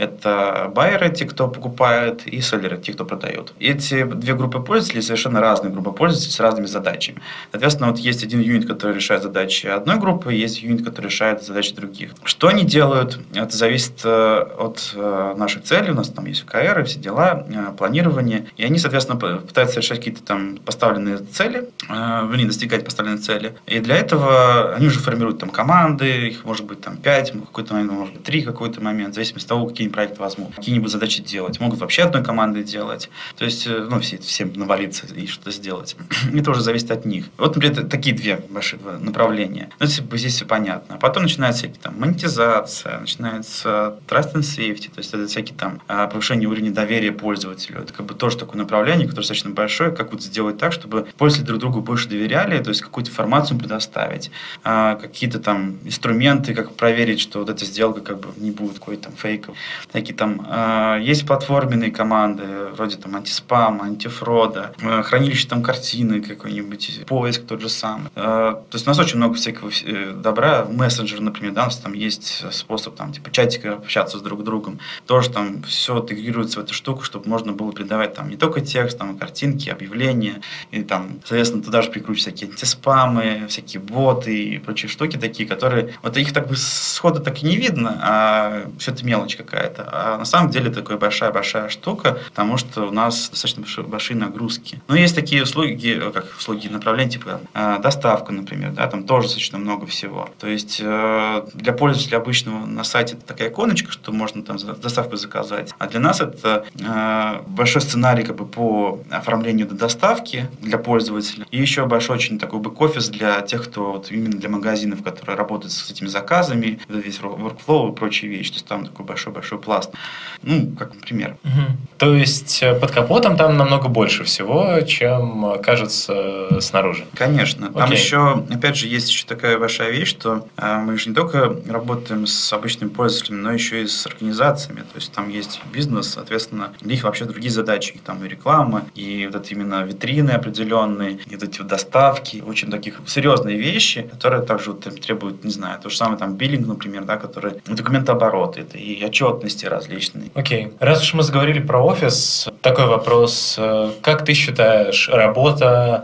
Это байеры, те, кто покупает, и селлеры, те, кто продает. И эти две группы пользователей совершенно разные группы пользователей с разными задачами. Соответственно, вот есть один юнит, который решает задачи одной группы, и есть юнит, который решает задачи других. Что они делают? Это зависит от наших целей. У нас там есть о ка эр, все дела, планирование. И они, соответственно, пытаются решать какие-то там поставленные цели, вернее, достигать поставленные цели. И для этого они уже формируют там команды, их может быть там пять, в какой-то момент, может быть три, какой-то момент, в зависимости от того, какие проекты возьмут, какие-нибудь задачи делать. Могут вообще одной командой делать. То есть, ну, все, всем навалиться и что-то сделать. Это уже зависит от них. Вот, например, такие две большие направления. Ну, здесь все понятно. А потом начинается всякие там монетизация, начинается trust and safety, то есть это всякие там повышение уровня доверия пользователю. Это как бы тоже такое направление, которое достаточно большое, как вот сделать так, чтобы пользователи друг другу больше доверяли, то есть какую-то информацию предоставить, какие-то там инструменты, как проверить, что вот эта сделка как бы не будет какой-то там фейков. Такие там есть платформенные команды, вроде там антиспам, антифрода, хранилище там картины какой-нибудь, поиск тот же самый. То есть у нас очень много всякого добра. Мессенджер, например, да, у нас там есть способ там типа чатика общаться с друг другом. Тоже там все интегрируется в эту штуку, чтобы можно было передавать там не только текст, там и картинки, объявления, и там, соответственно, туда же прикручивать всякие антиспамы, всякие боты и прочие штуки такие, которые, вот их так бы сходу так и не видно, а все это мелочь какая-то. А на самом деле такая большая-большая штука, потому что у нас достаточно большие нагрузки. Но есть такие услуги, как услуги направления, типа доставка, например, да, там тоже достаточно много всего. То есть для пользователя обычного на сайте это такая иконочка, что можно там доставку заказать. А для нас это большой сценарий как бы по оформлению до доставки для пользователя. И еще большой очень такой бэк-офис для тех, кто вот именно для магазинов, которые работают с этими заказами, весь workflow и прочие вещи. То есть там такой большой-большой пласт. Ну, как пример. Угу. То есть под капотом там намного больше всего, чем кажется снаружи. Конечно. Там Окей. еще, опять же, есть еще такая большая вещь, что э, мы же не только работаем с обычными пользователями, но еще и с организациями. То есть там есть бизнес, соответственно, у них вообще другие задачи. Их там и реклама, и вот это именно витрины определенные, и вот эти вот доставки. Очень таких серьезные вещи, которые также вот, там, требуют, не знаю, то же самое там биллинг, например, да, который документооборот, это и отчетности различные. Окей. Раз уж мы заговорили про офис, такой вопрос. Как ты считаешь, работа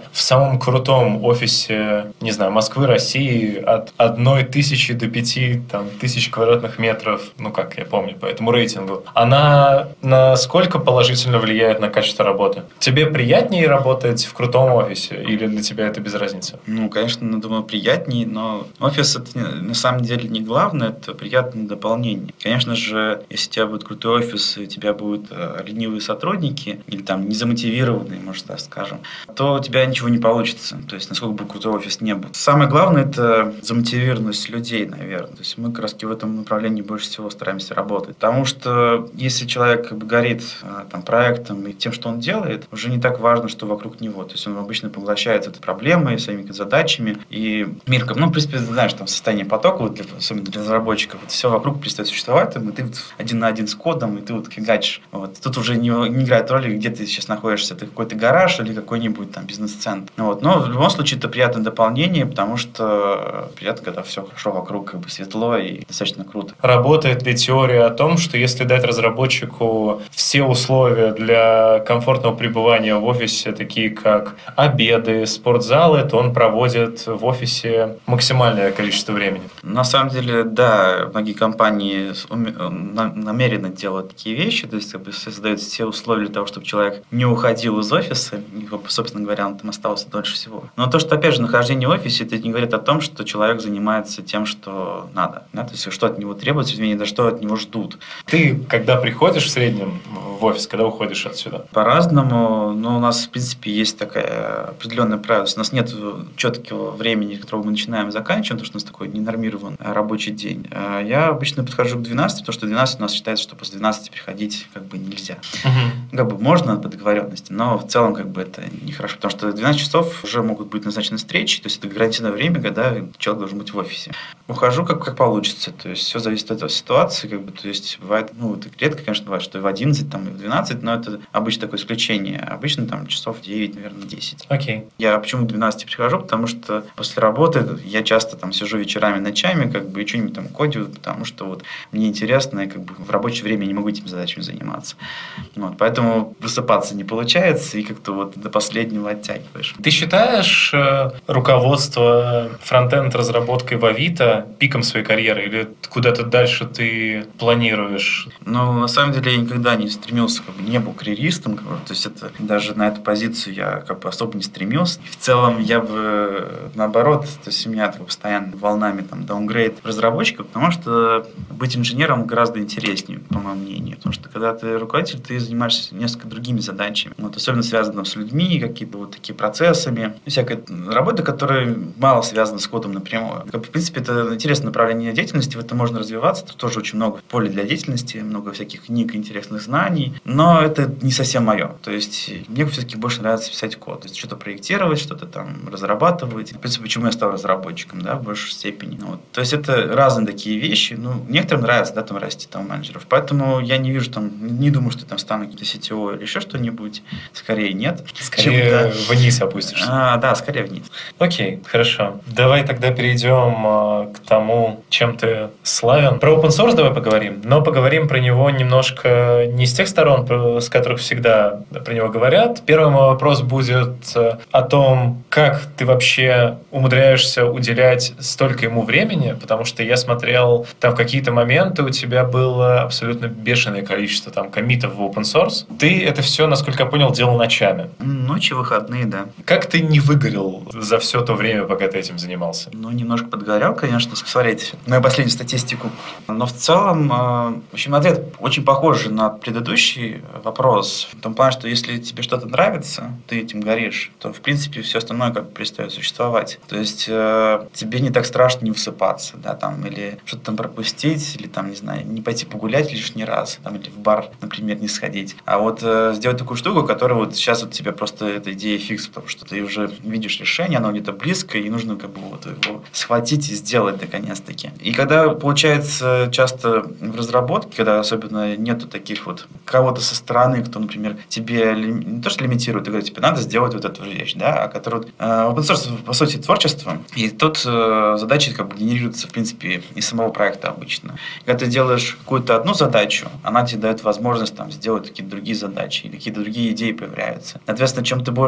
на в самом крутом офисе, не знаю, Москвы, России от одной тысячи до пяти там, тысяч квадратных метров, ну как я помню по этому рейтингу, она насколько положительно влияет на качество работы? Тебе приятнее работать в крутом офисе или для тебя это без разницы? Ну, конечно, думаю, приятнее, но офис это на самом деле не главное, это приятное дополнение. Конечно же, если у тебя будет крутой офис, и у тебя будут э, ленивые сотрудники или там незамотивированные, может так скажем, то у тебя ничего не получится. То есть, насколько бы крутой офис не был. Самое главное – это замотивированность людей, наверное. То есть, мы как раз в этом направлении больше всего стараемся работать. Потому что если человек как бы горит э, там, проектом и тем, что он делает, уже не так важно, что вокруг него. То есть, он обычно поглощается этой проблемой, своими задачами. И мир, ну, в принципе, знаешь, там состояние потока, вот для, особенно для разработчиков, вот все вокруг перестает существовать, там, и ты вот один на один с кодом, и ты вот фигачишь. Вот. Тут уже не, не играет роли, где ты сейчас находишься. Это какой-то гараж или какой-нибудь там бизнес-центр. Вот. Но в любом случае это приятное дополнение, потому что приятно, когда все хорошо вокруг, как бы светло и достаточно круто. Работает ли теория о том, что если дать разработчику все условия для комфортного пребывания в офисе, такие как обеды, спортзалы, то он проводит в офисе максимальное количество времени? На самом деле, да, многие компании намеренно делают такие вещи, то есть как бы создают все условия для того, чтобы человек не уходил из офиса, и, собственно говоря, он там остался дольше всего. Но то, что, опять же, нахождение в офисе, это не говорит о том, что человек занимается тем, что надо, да? То есть что от него требуется, извини, да что от него ждут. Ты, когда приходишь в среднем в офис, когда уходишь отсюда? По-разному, но у нас, в принципе, есть такая определенная правило. У нас нет четкого времени, которого мы начинаем и заканчиваем, потому что у нас такой ненормированный рабочий день. Я обычно подхожу к двенадцати, потому что двенадцать у нас считается, что после двенадцати приходить как бы нельзя. Uh-huh. Как бы можно по договоренности, но в целом как бы это нехорошо, потому что двенадцать часов уже могут быть назначены встречи, то есть это гарантированное время, когда человек должен быть в офисе. Ухожу как, как получится, то есть все зависит от этой ситуации, как бы, то есть бывает, ну, это редко, конечно, бывает, что и в одиннадцать, там, и в двенадцать, но это обычно такое исключение. Обычно там часов девять, наверное, десять. Окей. Okay. Я почему к двенадцати прихожу, потому что после работы я часто там сижу вечерами, ночами, как бы, и что-нибудь там кодю, потому что вот мне интересно, и как бы в рабочее время я не могу этими задачами заниматься. Вот, поэтому высыпаться не получается, и как-то вот до последнего оттягиваешь. Ты считаешь э, руководство фронтенд-разработкой в Авито пиком своей карьеры, или куда-то дальше ты планируешь? Ну, на самом деле, я никогда не стремился, как бы, не был карьеристом, как бы, то есть это даже на эту позицию я как бы особо не стремился. В целом, я бы наоборот, то есть у меня так, постоянно волнами там даунгрейд разработчиков, потому что быть инженером гораздо интереснее, по моему мнению, потому что когда ты руководитель, ты занимаешься несколько другими задачами, вот, особенно связанными с людьми, какие-то вот такие процессами, всякая работа, которая мало связана с кодом напрямую. Как бы, в принципе, это интересное направление деятельности, в этом можно развиваться, тут тоже очень много поля для деятельности, много всяких книг, интересных знаний, но это не совсем мое. То есть мне все-таки больше нравится писать код, то есть что-то проектировать, что-то там разрабатывать. В принципе, почему я стал разработчиком, да, в большей степени. Вот. То есть это разные такие вещи. Ну, некоторым нравится, да, там расти там менеджеров. Поэтому я не вижу там, не думаю, что там стану каким-то си ти о или еще что-нибудь. Скорее нет. Скорее чем, да. Вниз опустишься. А, да, скорее вниз. Окей, хорошо. Давай тогда перейдем а, к тому, чем ты славен. Про open source давай поговорим, но поговорим про него немножко не с тех сторон, с которых всегда про него говорят. Первый мой вопрос будет о том, как ты вообще умудряешься уделять столько ему времени, потому что я смотрел, там в какие-то моменты у тебя было абсолютно бешеное количество там коммитов в open source. Ты это все, насколько я понял, делал ночами. Ночи, выходные, да. Как ты не выгорел за все то время, пока ты этим занимался? Ну, немножко подгорел, конечно, если посмотреть мою последнюю статистику. Но в целом, в общем, ответ очень похож на предыдущий вопрос. В том плане, что если тебе что-то нравится, ты этим горишь, то, в принципе, все остальное как бы перестает существовать. То есть э, тебе не так страшно не высыпаться, да, там, или что-то там пропустить, или там, не знаю, не пойти погулять лишний раз, там, или в бар, например, не сходить. А вот э, сделать такую штуку, которая вот сейчас вот тебе просто эта идея фикс, потому что ты уже видишь решение, оно где-то близко, и нужно как бы вот его схватить и сделать наконец-таки. И когда получается часто в разработке, когда особенно нету таких вот кого-то со стороны, кто, например, тебе не то что лимитирует, и говорит, тебе надо сделать вот эту вещь, да, а который э, open source, по сути, творчество, и тут э, задачи как бы генерируются, в принципе, из самого проекта обычно. Когда ты делаешь какую-то одну задачу, она тебе дает возможность там сделать какие-то другие задачи, или какие-то другие идеи появляются. Соответственно, чем ты больше делаешь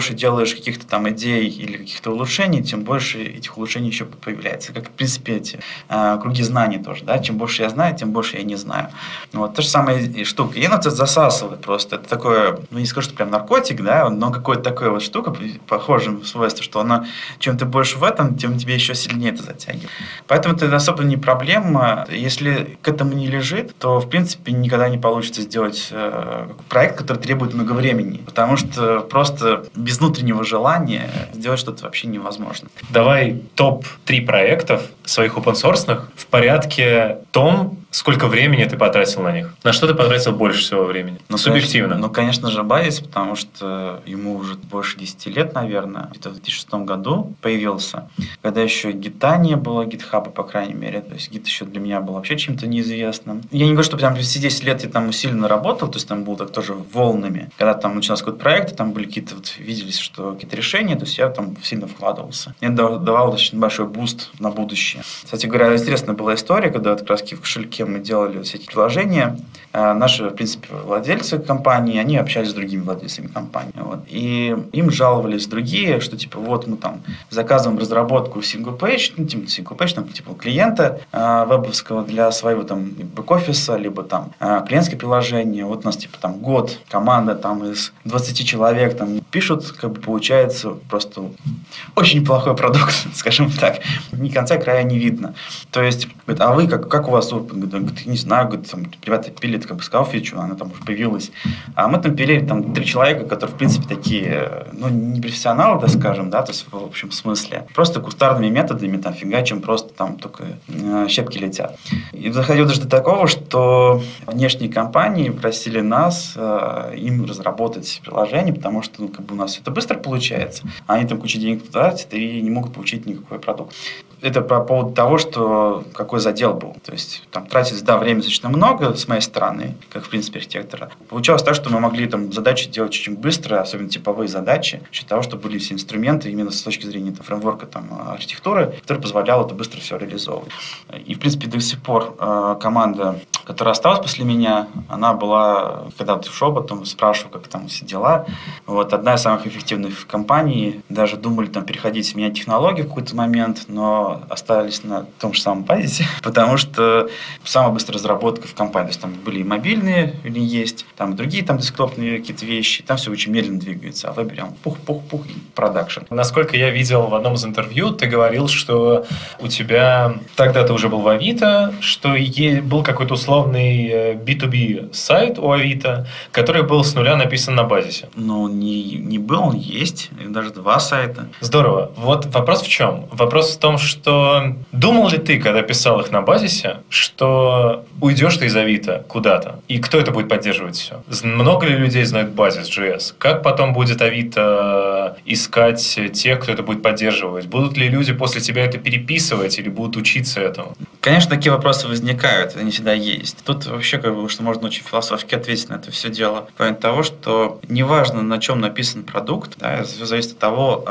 делаешь каких-то там идей или каких-то улучшений, тем больше этих улучшений еще появляется. Как, в принципе, эти э, круги знаний тоже, да, чем больше я знаю, тем больше я не знаю. Вот, та же самая штука. И она это засасывает просто. Это такое, ну, не скажу, что прям наркотик, да, но какая-то такая вот штука, похожая в свойстве, что она, чем ты больше в этом, тем тебе еще сильнее это затягивает. Поэтому это особо не проблема. Если к этому не лежит, то, в принципе, никогда не получится сделать э, проект, который требует много времени. Потому что просто без внутреннего желания сделать что-то вообще невозможно. Давай топ три проектов своих open-source в порядке том, сколько времени ты потратил на них. На что ты потратил больше всего времени? Ну, субъективно. Конечно, ну, конечно же, Базис, потому что ему уже больше десяти лет, наверное. Где-то в две тысячи шестом году появился. Когда еще гита не было, гитхаба, по крайней мере. То есть гит еще для меня был вообще чем-то неизвестным. Я не говорю, что прям все десять лет я там усиленно работал, то есть там был так тоже волнами. Когда там начался какой-то проект, там были какие-то, вот, виделись, что какие-то решения, то есть я там сильно вкладывался. Мне давал достаточно большой буст на будущее. Кстати говоря, интересная была история, когда как раз в кошельке мы делали все эти приложения. Наши, в принципе, владельцы компании, они общались с другими владельцами компании. Вот. И им жаловались другие, что типа вот мы там заказываем разработку single page, ну, типа single page, там, типа клиента э, вебовского для своего там бэк-офиса, либо там э, клиентское приложение. Вот у нас типа там год, команда там из двадцати человек там пишут, как бы получается просто очень плохой продукт, скажем так. Ни конца края не видно. То есть, говорит, а вы как, как у вас опыт? Говорит, не знаю, говорит, там, ребята пилят, как бы сказал фичу, она там уже появилась. А мы там пилили там три человека, которые, в принципе, такие, ну, не профессионалы, так скажем, да, то есть в общем смысле. Просто кустарными методами, там, фигачим, просто там только э, щепки летят. И доходило даже до такого, что внешние компании просили нас э, им разработать приложение, потому что, ну, как бы у нас это быстро получается, а они там кучу денег тратят и не могут получить никакой продукт. Это по поводу того, что какой задел был. То есть там тратить, да, время достаточно много с моей стороны, как в принципе архитектора. Получалось так, что мы могли там задачи делать очень быстро, особенно типовые задачи, за счет того, что были все инструменты именно с точки зрения там, фреймворка там, архитектуры, который позволял это быстро все реализовывать. И в принципе до сих пор э, команда, которая осталась после меня, она была, когда ты шел, потом спрашивал, как там все дела. Вот, одна из самых эффективных в компании. Даже думали там переходить, менять технологии в какой-то момент, но остались на том же самом базисе, потому что самая быстрая разработка в компании. То есть там были и мобильные, или есть, там и другие там десктопные какие-то вещи. Там все очень медленно двигается. А в вебе прям пух-пух-пух и продакшн. Насколько я видел в одном из интервью, ты говорил, что у тебя тогда ты уже был в Авито, что был какой-то условный би ту би сайт у Авито, который был с нуля написан на базисе. Ну, не, не был, он есть. Даже два сайта. Здорово. Вот вопрос в чем? Вопрос в том, что что думал ли ты, когда писал их на базисе, что уйдешь ты из Авито куда-то? И кто это будет поддерживать все? Много ли людей знают базис джей эс? Как потом будет Авито искать тех, кто это будет поддерживать? Будут ли люди после тебя это переписывать или будут учиться этому? Конечно, такие вопросы возникают, они всегда есть. Тут вообще, как бы, что можно очень философски ответить на это все дело. Помимо того, что неважно, на чем написан продукт, да, все зависит от того,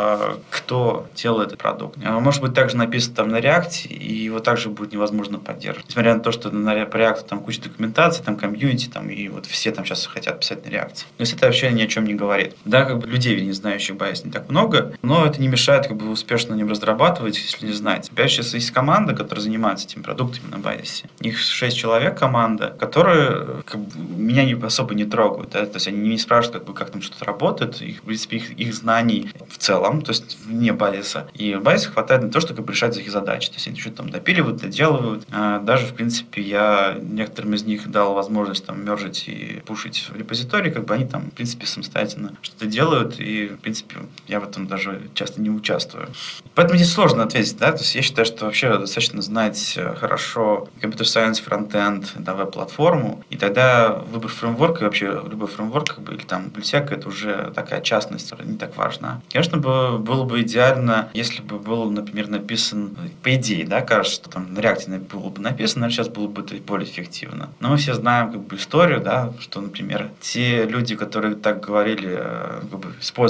кто делает этот продукт. Может быть также написан там на React, и его также будет невозможно поддерживать. Несмотря на то, что на React там куча документации, там комьюнити, там, и вот все там сейчас хотят писать на React. То есть это вообще ни о чем не говорит. Да, как бы людей, не знающих байс, не так много, но это не мешает как бы успешно на нем разрабатывать, если не знаете. Опять сейчас есть команда, которая занимается этими продуктами на базисе. Их шесть человек команда, которые как бы, меня не, особо не трогают. Да? То есть они не спрашивают, как, бы, как там что-то работает, их, в принципе, их, их знаний в целом, то есть вне базиса. И в базисе хватает на то, чтобы решать их задачи. То есть они что-то там допиливают, доделывают. А даже, в принципе, я некоторым из них дал возможность там мержить и пушить в репозитории, как бы они там, в принципе, самостоятельно что-то делают, и, в принципе, я в этом даже часто не участвую. Поэтому здесь сложно ответить, да, то есть я считаю, что вообще достаточно знать хорошо компьютер сайенс, фронтенд, да, веб-платформу, и тогда выбор фреймворка, и вообще любой фреймворк, как бы, или там библиотека, это уже такая частность, не так важна. Конечно, было бы идеально, если бы был, например, написан, по идее, да, кажется, что там на React было бы написано, наверное, сейчас было бы это более эффективно. Но мы все знаем, как бы, историю, да, что, например, те люди, которые так говорили, как бы, использовали, хайпили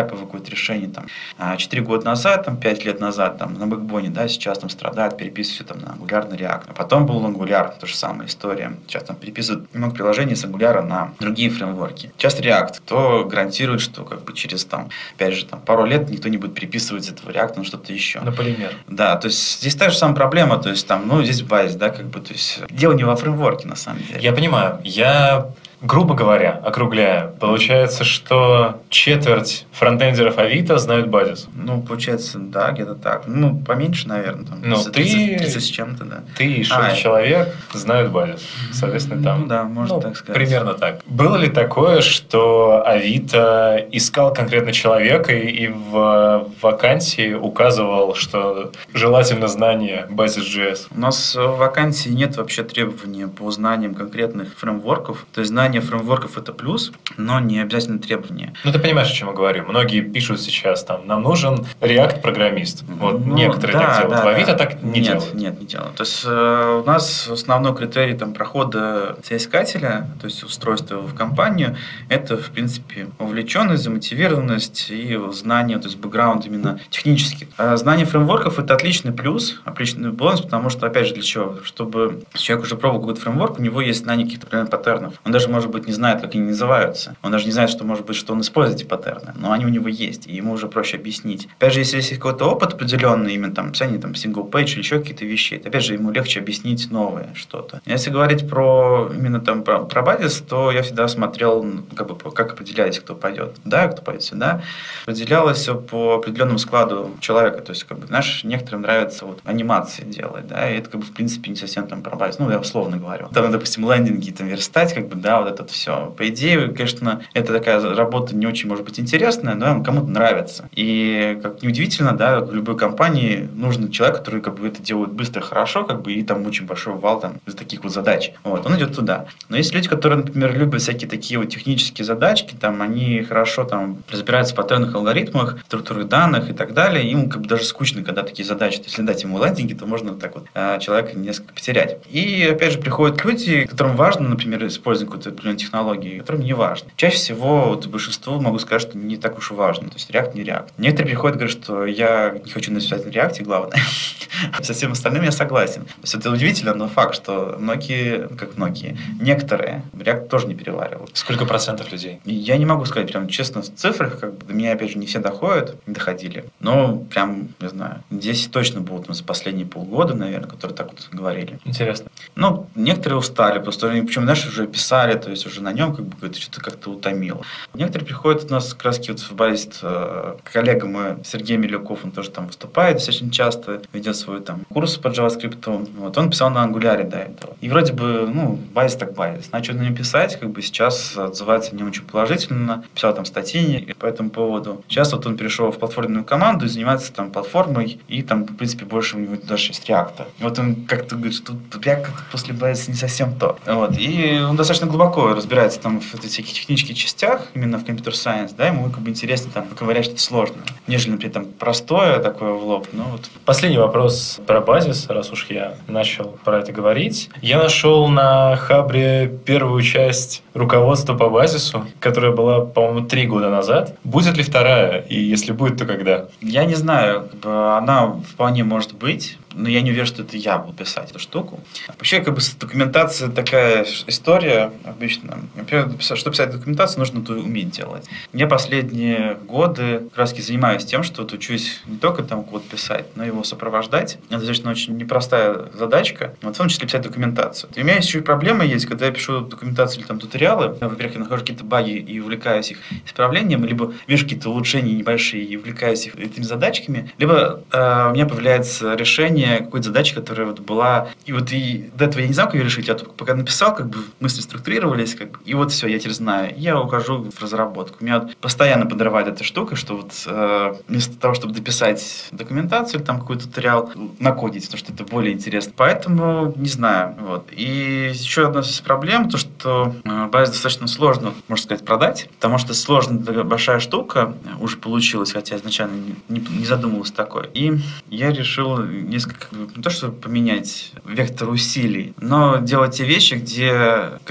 хайповое какое-то решение там четыре года назад, там, пять лет назад там, на бэкбоне, да, сейчас там страдает, переписывают там, на Angular, на React. А потом был Angular, то же самая история. Сейчас там переписывают много приложений с Angular на другие фреймворки. Сейчас React, то гарантирует, что как бы через там, опять же, там, пару лет никто не будет переписывать с этого React на что-то еще. На полимер. Да, то есть здесь та же самая проблема, то есть там, ну, здесь базис, да, как бы, то есть дело не во фреймворке, на самом деле. Я понимаю, я... Грубо говоря, округляя, получается, что четверть фронтендеров Авито знают базис. Ну, получается, да, где-то так. Ну, поменьше, наверное. Там, ну, тридцать, ты, тридцать с чем-то, да. Ты и шесть а, человек знают базис. Соответственно, там... Ну, да, можно ну, так сказать. Примерно так. Было ли такое, что Авито искал конкретно человека и в вакансии указывал, что желательно знание Basis.js? У нас в вакансии нет вообще требования по знаниям конкретных фреймворков. То есть знание фреймворков – это плюс, но не обязательно требование. Ну, ты понимаешь, о чем я говорю. Многие пишут сейчас, там, нам нужен React-программист. Вот ну, некоторые да, так делают. Да, в Авито да. так не нет, делают. Нет, не делают. То есть э, у нас основной критерий там, прохода соискателя, то есть устройства в компанию, это, в принципе, увлеченность, замотивированность и знание, то есть бэкграунд именно технический. А знание фреймворков – это отличный плюс, отличный бонус, потому что, опять же, для чего? Чтобы человек уже пробовал какой-то фреймворк, у него есть знание каких-то паттернов. Он даже может быть, не знает, как они называются. Он даже не знает, что, может быть, что он использует эти паттерны. Но они у него есть, и ему уже проще объяснить. Опять же, если есть какой-то опыт определенный, именно там, писание там, single-page или еще какие-то вещи, то, опять же, ему легче объяснить новое что-то. Если говорить про именно там про, про базис, то я всегда смотрел, как бы, как определялись, кто пойдет. Да, кто пойдет сюда. Определялось все по определенному складу человека. То есть, как бы, знаешь, некоторым нравится вот анимации делать, да, и это, как бы, в принципе, не совсем там про базис. Ну, я условно говорю. Там, допустим, лендинги там верстать, как бы, да, вот это все. По идее, конечно, это такая работа не очень, может быть, интересная, но кому-то нравится. И, как неудивительно, да, в любой компании нужен человек, который как бы это делает быстро, хорошо, как бы, и там очень большой вал там из таких вот задач. Вот, он идет туда. Но есть люди, которые, например, любят всякие такие вот технические задачки, там, они хорошо там разбираются в паттернах, алгоритмах, структурах данных и так далее. Им как бы даже скучно, когда такие задачи. То есть, если дать ему лендинги, то можно так вот человека несколько потерять. И, опять же, приходят люди, которым важно, например, использовать какую-то определенную технологию, которым не важно. Чаще всего вот, большинству могу сказать, что не так уж и важно. То есть React не React. Некоторые приходят и говорят, что я не хочу написать на React, главное. Со всем остальным я согласен. То есть это удивительно, но факт, что многие, как многие, некоторые React тоже не переваривают. Сколько процентов людей? Я не могу сказать прям честно в цифрах, как бы до меня, опять же, не все доходят, не доходили. Но прям, не знаю, десять точно будут за последние полгода, наверное, которые так вот говорили. Интересно. Ну, некоторые устали, просто они, причем, знаешь, уже писали, то есть уже на нем как бы что-то как-то утомило. Некоторые приходят у нас как раз вот в базе э, коллега мой, Сергей Милюков, он тоже там выступает достаточно часто, ведет свой там курс по JavaScript. Вот, он писал на Angular до этого. И вроде бы, ну, базис так базис. Начал на нем писать, как бы сейчас отзывается не очень положительно, писал там статьи по этому поводу. Сейчас вот он перешел в платформенную команду и занимается там платформой, и там, в принципе, больше у него даже есть React. И вот он как-то говорит, что тут React после базиса не совсем то. Вот. И он достаточно глубоко разбирается там в этих технических частях, именно в компьютер-сайенс, да, ему как бы интересно там поковырять что-то сложное, нежели, например, там простое такое в лоб. Ну, вот. Последний вопрос про базис, раз уж я начал про это говорить. Я нашел на Хабре первую часть руководства по базису, которая была, по-моему, три года назад. Будет ли вторая? И если будет, то когда? Я не знаю. Как бы она вполне может быть. Но я не уверен, что это я буду писать эту штуку. Вообще, как бы документация такая история обычно. Во-первых, чтобы писать документацию, нужно это уметь делать. Я последние годы как раз занимаюсь тем, что вот учусь не только там код писать, но и его сопровождать. Это достаточно очень непростая задачка, вот, в том числе писать документацию. И у меня еще и проблема есть, когда я пишу документацию или там туториалы, во-первых, я нахожу какие-то баги и увлекаюсь их исправлением, либо вижу какие-то улучшения небольшие и увлекаюсь их этими задачками, либо э, у меня появляется решение какой-то задачи, которая вот была... И вот и до этого я не знал, как ее решить. Я только пока написал, как бы мысли структурировались, как бы, и вот все, я теперь знаю. Я ухожу в разработку. Меня вот постоянно подрывает эта штука, что вот э, вместо того, чтобы дописать документацию или там какой-то туториал, накодить, потому что это более интересно. Поэтому не знаю. Вот. И еще одна из проблем, то, что э, базис достаточно сложно, можно сказать, продать, потому что сложная большая штука уже получилась, хотя изначально не, не задумывался такой. И я решил несколько как бы, не то, чтобы поменять вектор усилий, но делать те вещи, где, которые могут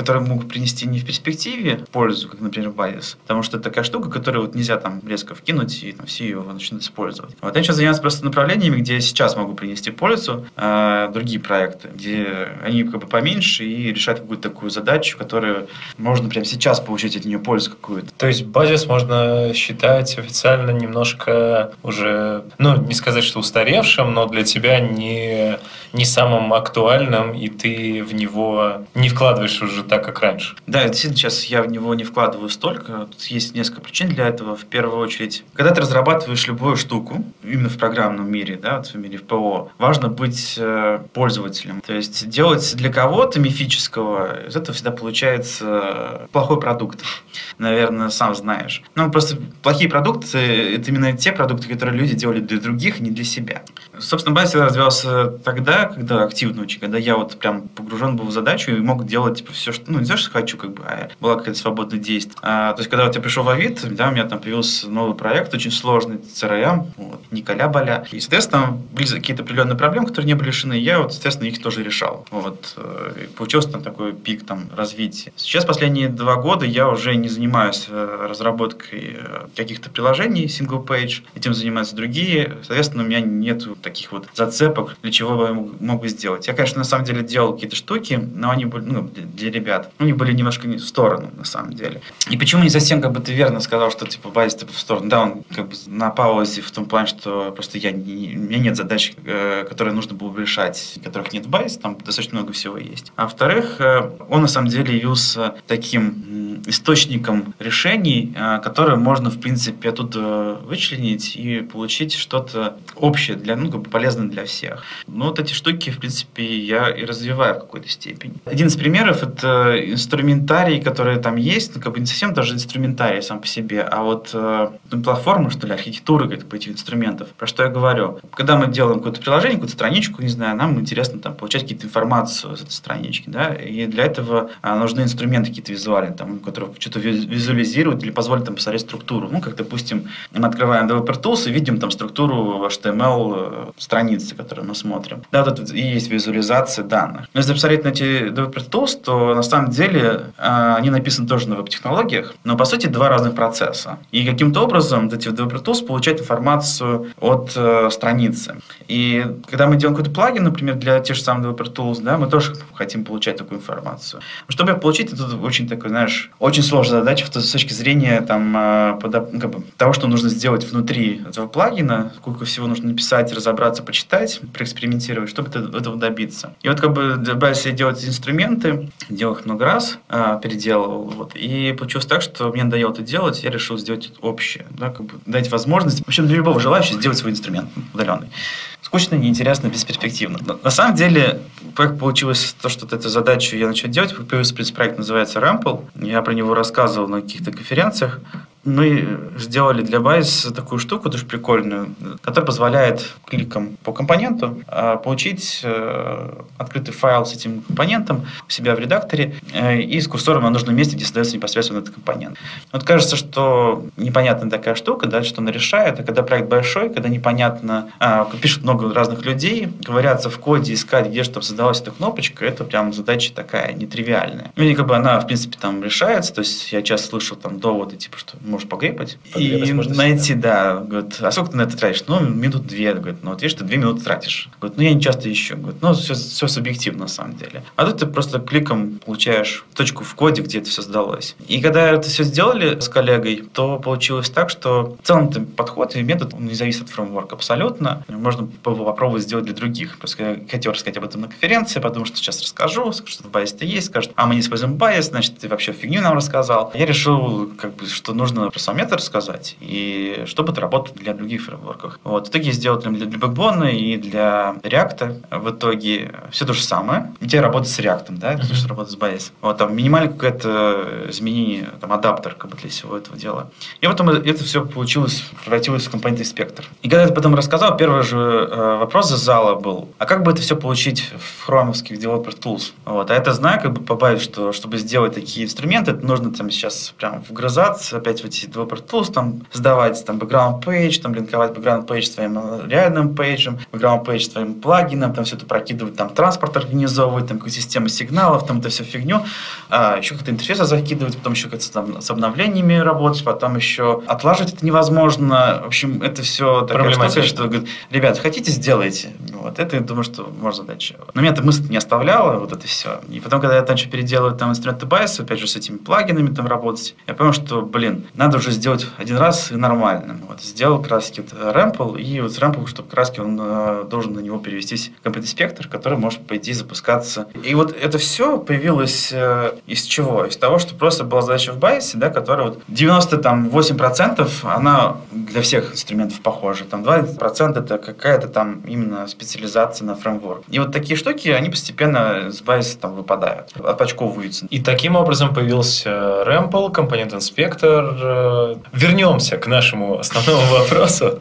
мог принести не в перспективе пользу, как, например, базис, потому что это такая штука, которую вот нельзя там резко вкинуть, и там, все ее начнут использовать. Вот я сейчас занимаюсь просто направлениями, где я сейчас могу принести пользу, а другие проекты, где они как бы поменьше и решают какую-то такую задачу, которую можно прямо сейчас получить от нее пользу какую-то. То есть базис можно считать официально немножко уже, ну, не сказать, что устаревшим, но для тебя не, не самым актуальным, и ты в него не вкладываешь уже так, как раньше. Да, действительно, сейчас я в него не вкладываю столько. Тут есть несколько причин для этого. В первую очередь, когда ты разрабатываешь любую штуку, именно в программном мире, да, вот в мире в ПО, важно быть э, пользователем. То есть делать для кого-то мифического, из этого всегда получается плохой продукт. Наверное, сам знаешь. Ну, просто плохие продукты – это именно те продукты, которые люди делали для других, не для себя. Собственно, базис всегда развивался тогда, когда активно очень, когда я вот прям погружен был в задачу и мог делать типа все, что, ну, не то, что хочу, как бы, а была какая-то свободная действие. А, то есть, когда вот я пришел в Авито, да, у меня там появился новый проект, очень сложный, си ар эм, вот, не каля-баля. И, соответственно, были какие-то определенные проблемы, которые не были решены, и я вот, соответственно, их тоже решал. Вот. И получился там такой пик там развития. Сейчас, последние два года, я уже не занимаюсь разработкой каких-то приложений, single page, этим занимаются другие. Соответственно, у меня нет таких вот зацепок, для чего я могу сделать. Я, конечно, на самом деле делал какие-то штуки, но они были, ну, для, для ребят, они были немножко не в сторону, на самом деле. И почему не совсем, как бы ты верно сказал, что типа базис типа в сторону? Да, он как бы на паузе в том плане, что просто я не, у меня нет задач, э, которые нужно было бы решать, которых нет в базе, там достаточно много всего есть. А во-вторых, э, он на самом деле явился таким э, источником решений, э, которые можно, в принципе, оттуда вычленить и получить что-то общее, для, ну, как бы полезное для всех. Ну, вот эти штуки, в принципе, я и развиваю в какой-то степени. Один из примеров — это инструментарий, который там есть, ну, как бы не совсем даже инструментарий сам по себе, а вот э, платформа, что ли, архитектура как бы, этих инструментов. Про что я говорю? Когда мы делаем какое-то приложение, какую-то страничку, не знаю, нам интересно там получать какие-то информацию из этой странички, да, и для этого а, нужны инструменты какие-то визуальные, там, которые что-то визуализируют или позволят там посмотреть структуру. Ну, как, допустим, мы открываем Developer Tools и видим там структуру эйч ти эм эл страницы, которую мы смотрим. Да, вот тут и есть визуализация данных. Но если посмотреть на эти Developer Tools, то на самом деле а, они написаны тоже на веб-технологиях, но по сути два разных процесса. И каким-то образом эти Developer Tools получают информацию от э, страницы. И когда мы делаем какой-то плагин, например, для тех же самых Developer Tools, да, мы тоже хотим получать такую информацию. Чтобы ее получить, это очень такой, знаешь, очень сложная задача с точки зрения там, подо, как бы, того, что нужно сделать внутри этого плагина, сколько всего нужно написать, разобраться, почитать, проэкспериментировать, чтобы этого добиться. И вот как бы если делать эти инструменты, делал их много раз, переделывал, вот, и получилось так, что мне надоело это делать, я решил сделать общее, да, как бы дать возможность, в общем, для любого желающего сделать свой инструмент удаленный. Скучно, неинтересно, бесперспективно. Но на самом деле, как получилось то, что эту задачу я начал делать, появился проект, называется Rample. Я про него рассказывал на каких-то конференциях. Мы сделали для Base такую штуку, тоже прикольную, которая позволяет кликом по компоненту получить открытый файл с этим компонентом у себя в редакторе и с курсором на нужном месте, где создается непосредственно этот компонент. Вот кажется, что непонятная такая штука, да, что она решает, а когда проект большой, когда непонятно, а, пишут много разных людей, говорятся в коде, искать, где же там создалась эта кнопочка, это прям задача такая нетривиальная. Ну, и как бы она, в принципе, там решается, то есть я часто слышал там доводы, типа, что можешь погрепать, и найти, да, говорит, а сколько ты на это тратишь? Ну, минут две, говорит, ну, вот видишь, ты две минуты тратишь. Говорит, ну, я не часто ищу, говорит, ну, все, все субъективно на самом деле. А тут ты просто кликом получаешь точку в коде, где это все сдалось. И когда это все сделали с коллегой, то получилось так, что в целом подход и метод, он не зависит от фреймворка абсолютно. Можно попробовать сделать для других. Просто я хотел рассказать об этом на конференции, потому что сейчас расскажу, что в байс-то есть, скажут, а мы не используем байс, значит, ты вообще фигню нам рассказал. Я решил, как бы, что нужно про сам метод рассказать, и чтобы это работало для других фреймворков. Вот. В итоге я сделал для, для Backbone и для React. В итоге все то же самое. Идея работать с React, да, mm-hmm. то, что работать с байс. Вот, там минимальное какое-то изменение, там, адаптер как бы, для всего этого дела. И потом это все получилось, превратилось в компонент инспектор. И когда я потом рассказал, первый же э, вопрос из зала был, а как бы это все получить в хромовских Developer Tools? Вот. А это знаю, как бы побавить, что чтобы сделать такие инструменты, это нужно там сейчас прям вгрызаться, опять эти Developer Tools, там, сдавать там background page, там, линковать background page своим реальным пейджем, background page своим плагином, там, все это прокидывать, там, транспорт организовывать, там, какую-то систему сигналов, там, это все фигню. А, еще как-то интерфейсы закидывать, потом еще как-то там с обновлениями работать, потом еще отлаживать это невозможно. В общем, это все такая штука, что, говорит, ребят, хотите, сделайте. Вот, это, я думаю, что может задача. Но меня эта мысль не оставляла, вот это все. И потом, когда я начал переделывать там инструменты байса, опять же, с этими плагинами там работать, я понял, что, блин, надо уже сделать один раз и нормально. Вот, сделал как раз вот Rample, и вот с Rample, чтобы как раз он э, должен на него перевестись Complete Inspector, который может, по идее, запускаться. И вот это все появилось э, из чего? Из того, что просто была задача в байсе, да, которая вот девяносто восемь процентов, она для всех инструментов похожа. Там двадцать процентов это какая-то там именно специализация на фреймворк. И вот такие штуки, они постепенно с байса там выпадают, отпочковываются. И таким образом появился Rample, Component Inspector. Вернемся к нашему основному вопросу.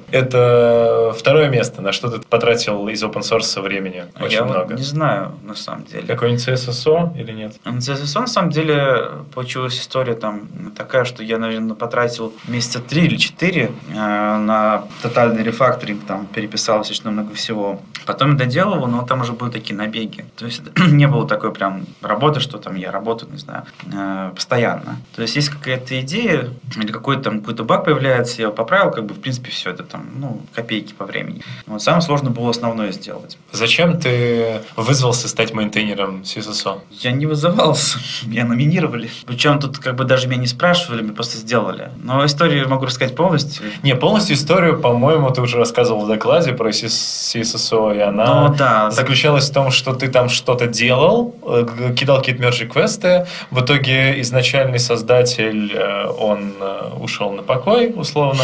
Это второе место, на что ты потратил из open source времени очень Я много. Вот не знаю, на самом деле. Какой-нибудь си эс эс о или нет? На си эс эс о, на самом деле, получилась история там такая, что я, наверное, потратил месяца три или четыре э, на тотальный рефакторинг, там, переписал достаточно много всего. Потом я доделывал, но там уже были такие набеги. То есть не было такой прям работы, что там я работаю, не знаю, э, постоянно. То есть есть какая-то идея или какой-то там какой-то баг появляется, я его поправил, как бы, в принципе, все это там, ну, копейки по времени. Вот самое сложное было основное сделать. Зачем ты вызвался стать мейнтейнером си эс эс о? Я не вызывался, меня номинировали. Причем тут как бы даже меня не спрашивали, меня просто сделали. Но историю могу рассказать полностью. Не, полностью историю, по-моему, ты уже рассказывал в докладе про си эс эс о, и она ну, да, заключалась в том, что ты там что-то делал, кидал какие-то мердж-реквесты, в итоге изначальный создатель, он ушел на покой, условно,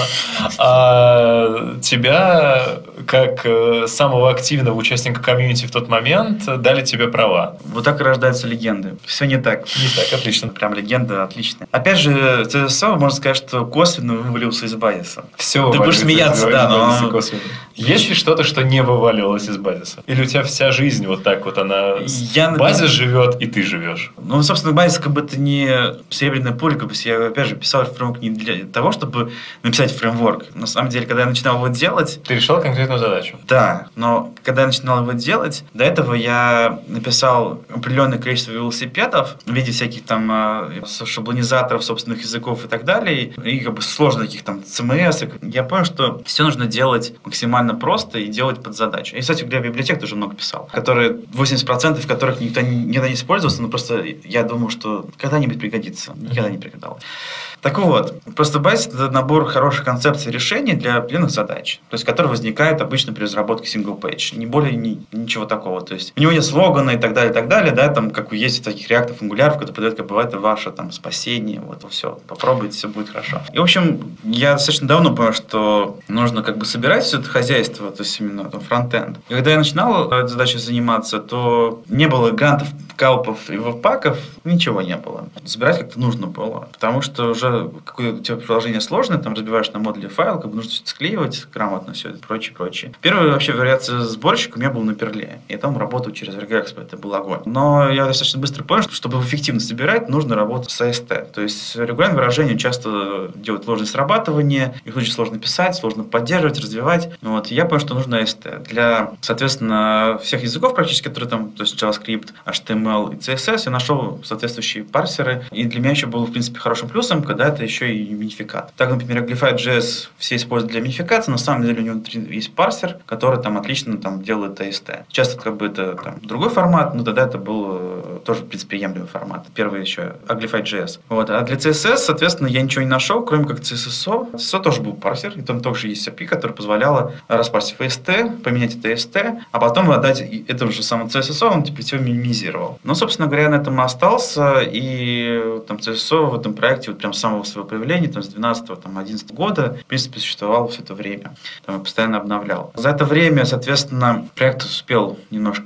а тебя, как самого активного участника комьюнити в тот момент, дали тебе права. Вот так и рождаются легенды. Все не так. Не так, отлично. Прям легенда отличная. Опять же, си эс эс о, можно сказать, что косвенно вывалился из базиса. Все ты будешь смеяться, да, но... Косвенно. Есть ли что-то, что не вываливалось из базиса? Или у тебя вся жизнь вот так вот, она... Я... Базис живет, и ты живешь? Ну, собственно, базис как бы это не серебряная пуля, как бы я, опять же, писал фреймворк не для того, чтобы написать фреймворк. На самом деле, когда я начинал его делать... Ты решал конкретную задачу? Да, но когда я начинал его делать, до этого я написал определенное количество велосипедов в виде всяких там шаблонизаторов собственных языков и так далее, и как бы сложных таких там си эм эс. Я понял, что все нужно делать максимально просто и делать под задачу. И, кстати, для библиотек тоже много писал, которые восемьдесят процентов которых никто никогда не использовался, но просто я думал, что когда-нибудь пригодится. Никогда не пригодалось. Так вот, просто базис – это набор хороших концепций решений для определенных задач, то есть, которые возникают обычно при разработке single page. Не более ни, ничего такого. То есть, у него нет слогана и так далее, и так далее, да, там, как есть в таких реактов, ангуляров, которые подают, как бывает, ваше там спасение, вот, все, попробуйте, все будет хорошо. И, в общем, я достаточно давно понял, что нужно как бы собирать все это хозяйство, то есть, именно там фронтенд. И когда я начинал этой задачей заниматься, то не было грантов, калпов и веб-паков, ничего не было. Собирать как-то нужно было, потому что уже какое у тебя приложение сложное, там разбиваешь на модули файл, как бы нужно все это склеивать грамотно, все это, прочее, прочее. Первая вообще вариация сборщика у меня был на Перле. Я там работал через Regex, это был огонь. Но я достаточно быстро понял, что чтобы эффективно собирать, нужно работать с эй эс ти. То есть регулярное выражение часто делает ложное срабатывание, их очень сложно писать, сложно поддерживать, развивать. Вот. И я понял, что нужно эй эс ти. Для, соответственно, всех языков практически, которые там, то есть JavaScript, эйч ти эм эл и си эс эс, я нашел соответствующие парсеры. И для меня еще было, в принципе, хорошим плюсом, когда это еще и минификат. Так, например, Uglify джей эс все используют для минификации, на самом деле у него есть парсер, который там отлично там, делает эй эс ти. Часто как бы это там, другой формат, но тогда это был тоже, в принципе, приемлемый формат. Первый еще Uglify джей эс. Вот. А для си эс эс, соответственно, я ничего не нашел, кроме как си эс эс о. си эс эс о тоже был парсер, и там тоже есть эй пи ай, которая позволяла распарсив эй эс ти, поменять это эй эс ти, а потом отдать этого же самого си эс эс о, он теперь все минимизировал. Ну, собственно говоря, на этом и остался, и там си эс эс о в этом проекте вот прям с самого своего появления, там, с двенадцатого, там, одиннадцатого года, в принципе, существовал все это время. Там, я постоянно обновлял. За это время, соответственно, проект успел немножко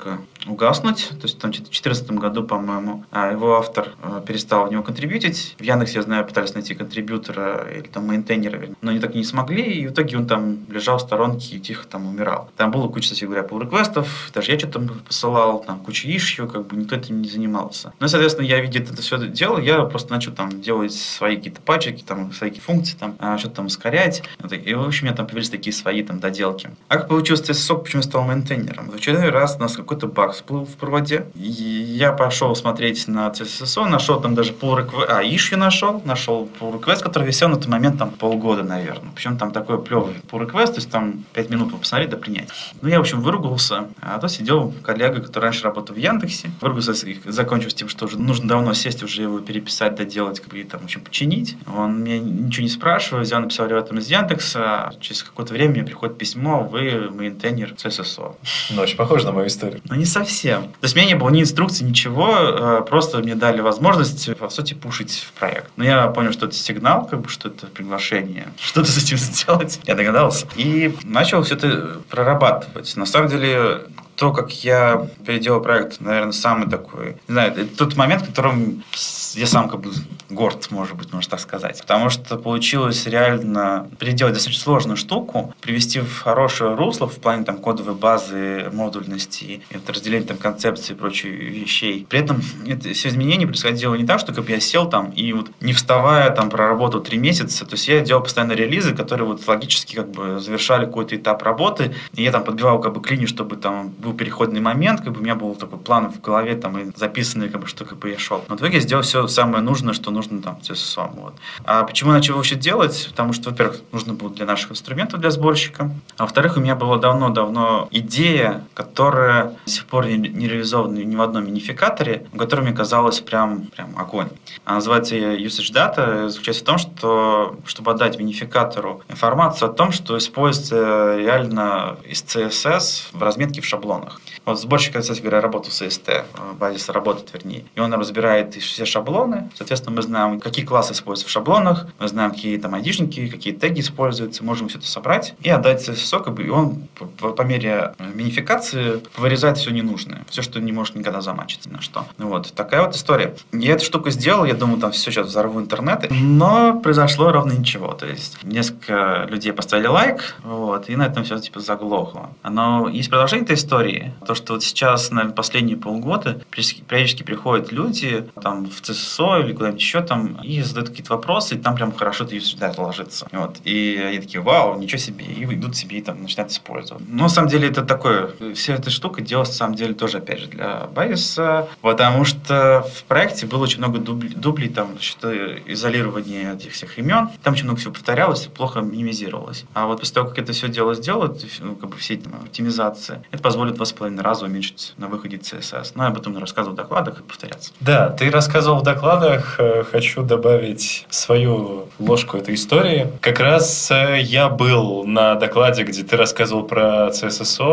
угаснуть. То есть там в две тысячи четырнадцатом году, по-моему, его автор перестал в него контрибьютить. В Яндексе, я знаю, пытались найти контрибьютора или там мейнтейнера, но они так и не смогли, и в итоге он там лежал в сторонке и тихо там умирал. Там было куча, кстати говоря, pull-реквестов, даже я что-то посылал, там куча issue, как бы никто этим не занимался. Ну и, соответственно, я, видя это все дело, я просто начал там делать свои какие-то патчики, там, свои какие-то функции, там, что-то там ускорять. И, в общем, у меня там появились такие свои там доделки. А как получилось си эс эс, почему я стал мейнтейнером? В очередной раз у нас какой-то баг всплыл в проводе. И я пошел смотреть на си эс эс, нашел там даже pull request, а, issue нашел, нашел pull request, который висел на тот момент там полгода, наверное. Причем там такой плевый pull request, то есть там пять минут его посмотреть до принять. Ну, я, в общем, выругался, а то сидел коллега, который раньше работал в Яндексе, выругался, закончил с тем, что уже нужно давно сесть, уже его переписать, доделать, как бы, и там, в общем, починить. Он меня ничего не спрашивал, взял, написал ребятам из Яндекса, через какое-то время мне приходит письмо, вы мейнтейнер си эс эс. Ну, очень похоже на мою историю. Ну, не совсем. То есть, у меня не было ни инструкции, ничего, просто мне дали возможность, по сути, пушить в проект. Но я понял, что это сигнал, как бы, что это приглашение, что-то с этим сделать. Я догадался. И начал все это прорабатывать. На самом деле, то, как я переделал проект, наверное, самый такой, не знаю, это тот момент, в котором я сам как бы горд, может быть, можно так сказать. Потому что получилось реально переделать достаточно сложную штуку, привести в хорошее русло в плане там кодовой базы, модульности, это разделение там концепций и прочих вещей. При этом это все изменения происходило не так, что как бы я сел там и вот не вставая там проработал три месяца. То есть я делал постоянно релизы, которые вот логически как бы завершали какой-то этап работы. И я там подбивал как бы клини, чтобы там был переходный момент, как бы у меня был такой план в голове там и записанный, как бы, что как бы я шел. Но в итоге я сделал все самое нужное, что нужно там си эс эс. Вот. А почему я начал вообще делать? Потому что, во-первых, нужно было для наших инструментов, для сборщика. А во-вторых, у меня была давно-давно идея, которая до сих пор не, не реализована ни в одном минификаторе, которая мне казалась прям, прям огонь. Она называется usage data, заключается в том, что чтобы отдать минификатору информацию о том, что используется реально из си эс эс в разметке в шаблонах. Вот сборщик, кстати говоря, работал с и эс ти, базис работает, вернее. И он разбирает все шаблоны. Соответственно, мы знаем, какие классы используются в шаблонах, мы знаем, какие там айдишники, какие теги используются, можем все это собрать и отдать си эс эс, и он по, по мере минификации вырезает все ненужное, все, что не может никогда замачить ни на что. Вот такая вот история. Я эту штуку сделал, я думаю, там все сейчас взорву интернет, но произошло ровно ничего. То есть несколько людей поставили лайк, вот, и на этом все типа заглохло. Но есть продолжение этой истории. То, что вот сейчас, наверное, последние полгода периодически приходят люди там в си эс эс или куда-нибудь еще там и задают какие-то вопросы, и там прям хорошо это usage data ложится. Вот. И они такие, вау, ничего себе, и идут себе и там начинают использовать. Но на самом деле это такое, вся эта штука делалась на самом деле тоже, опять же, для базиса, потому что в проекте было очень много дублей, дублей там, что изолирование этих всех имен, там очень много всего повторялось, плохо минимизировалось. А вот после того, как это все дело сделают, ну, как бы все эти там, оптимизации, это позволит два с половиной раза уменьшить на выходе си эс эс. Ну, я об этом рассказывал в докладах и повторяться. Да, ты рассказывал в докладах, хочу добавить свою ложку этой истории. Как раз я был на докладе, где ты рассказывал про си эс эс,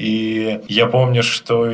и я помню, что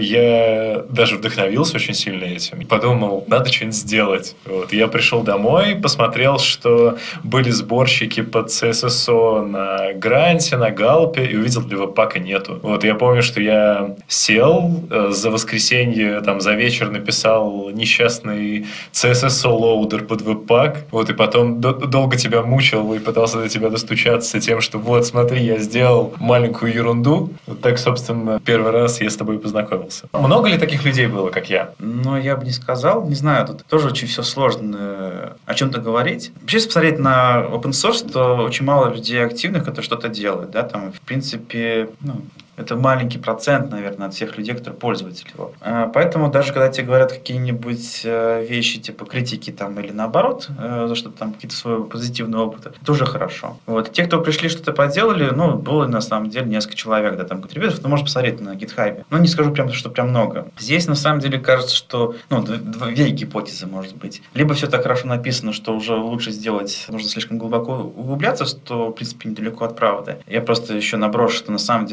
я даже вдохновился очень сильно этим. И подумал, надо что-нибудь сделать. Вот. Я пришел домой, посмотрел, что были сборщики под си эс эс на Гранте, на Галпе, и увидел, для веб-пака нету. Вот. Я помню, что я сел за воскресенье, там, за вечер написал несчастный си эс эс-лоудер под веб-пак, вот, и потом до- долго тебя мучил и пытался до тебя достучаться тем, что вот, смотри, я сделал маленькую ерунду. Вот так, собственно, первый раз я с тобой познакомился. Много ли таких людей было, как я? Ну, я бы не сказал, не знаю, тут тоже очень все сложно о чем-то говорить. Вообще, если посмотреть на open source, то очень мало людей активных, которые что-то делают, да, там, в принципе, ну, это маленький процент, наверное, от всех людей, которые пользователи его. Поэтому даже когда тебе говорят какие-нибудь вещи, типа критики там, или наоборот, за что-то там какие-то свои позитивные опыты, это уже хорошо. Вот. Те, кто пришли, что-то поделали, ну, было на самом деле несколько человек, да, там, контрибьюторов, ну, можно посмотреть на GitHub. Но не скажу прям, что прям много. Здесь, на самом деле, кажется, что, ну, две гипотезы, может быть. Либо все так хорошо написано, что уже лучше сделать, нужно слишком глубоко углубляться, что, в принципе, недалеко от правды. Я просто еще наброшу, что на самом деле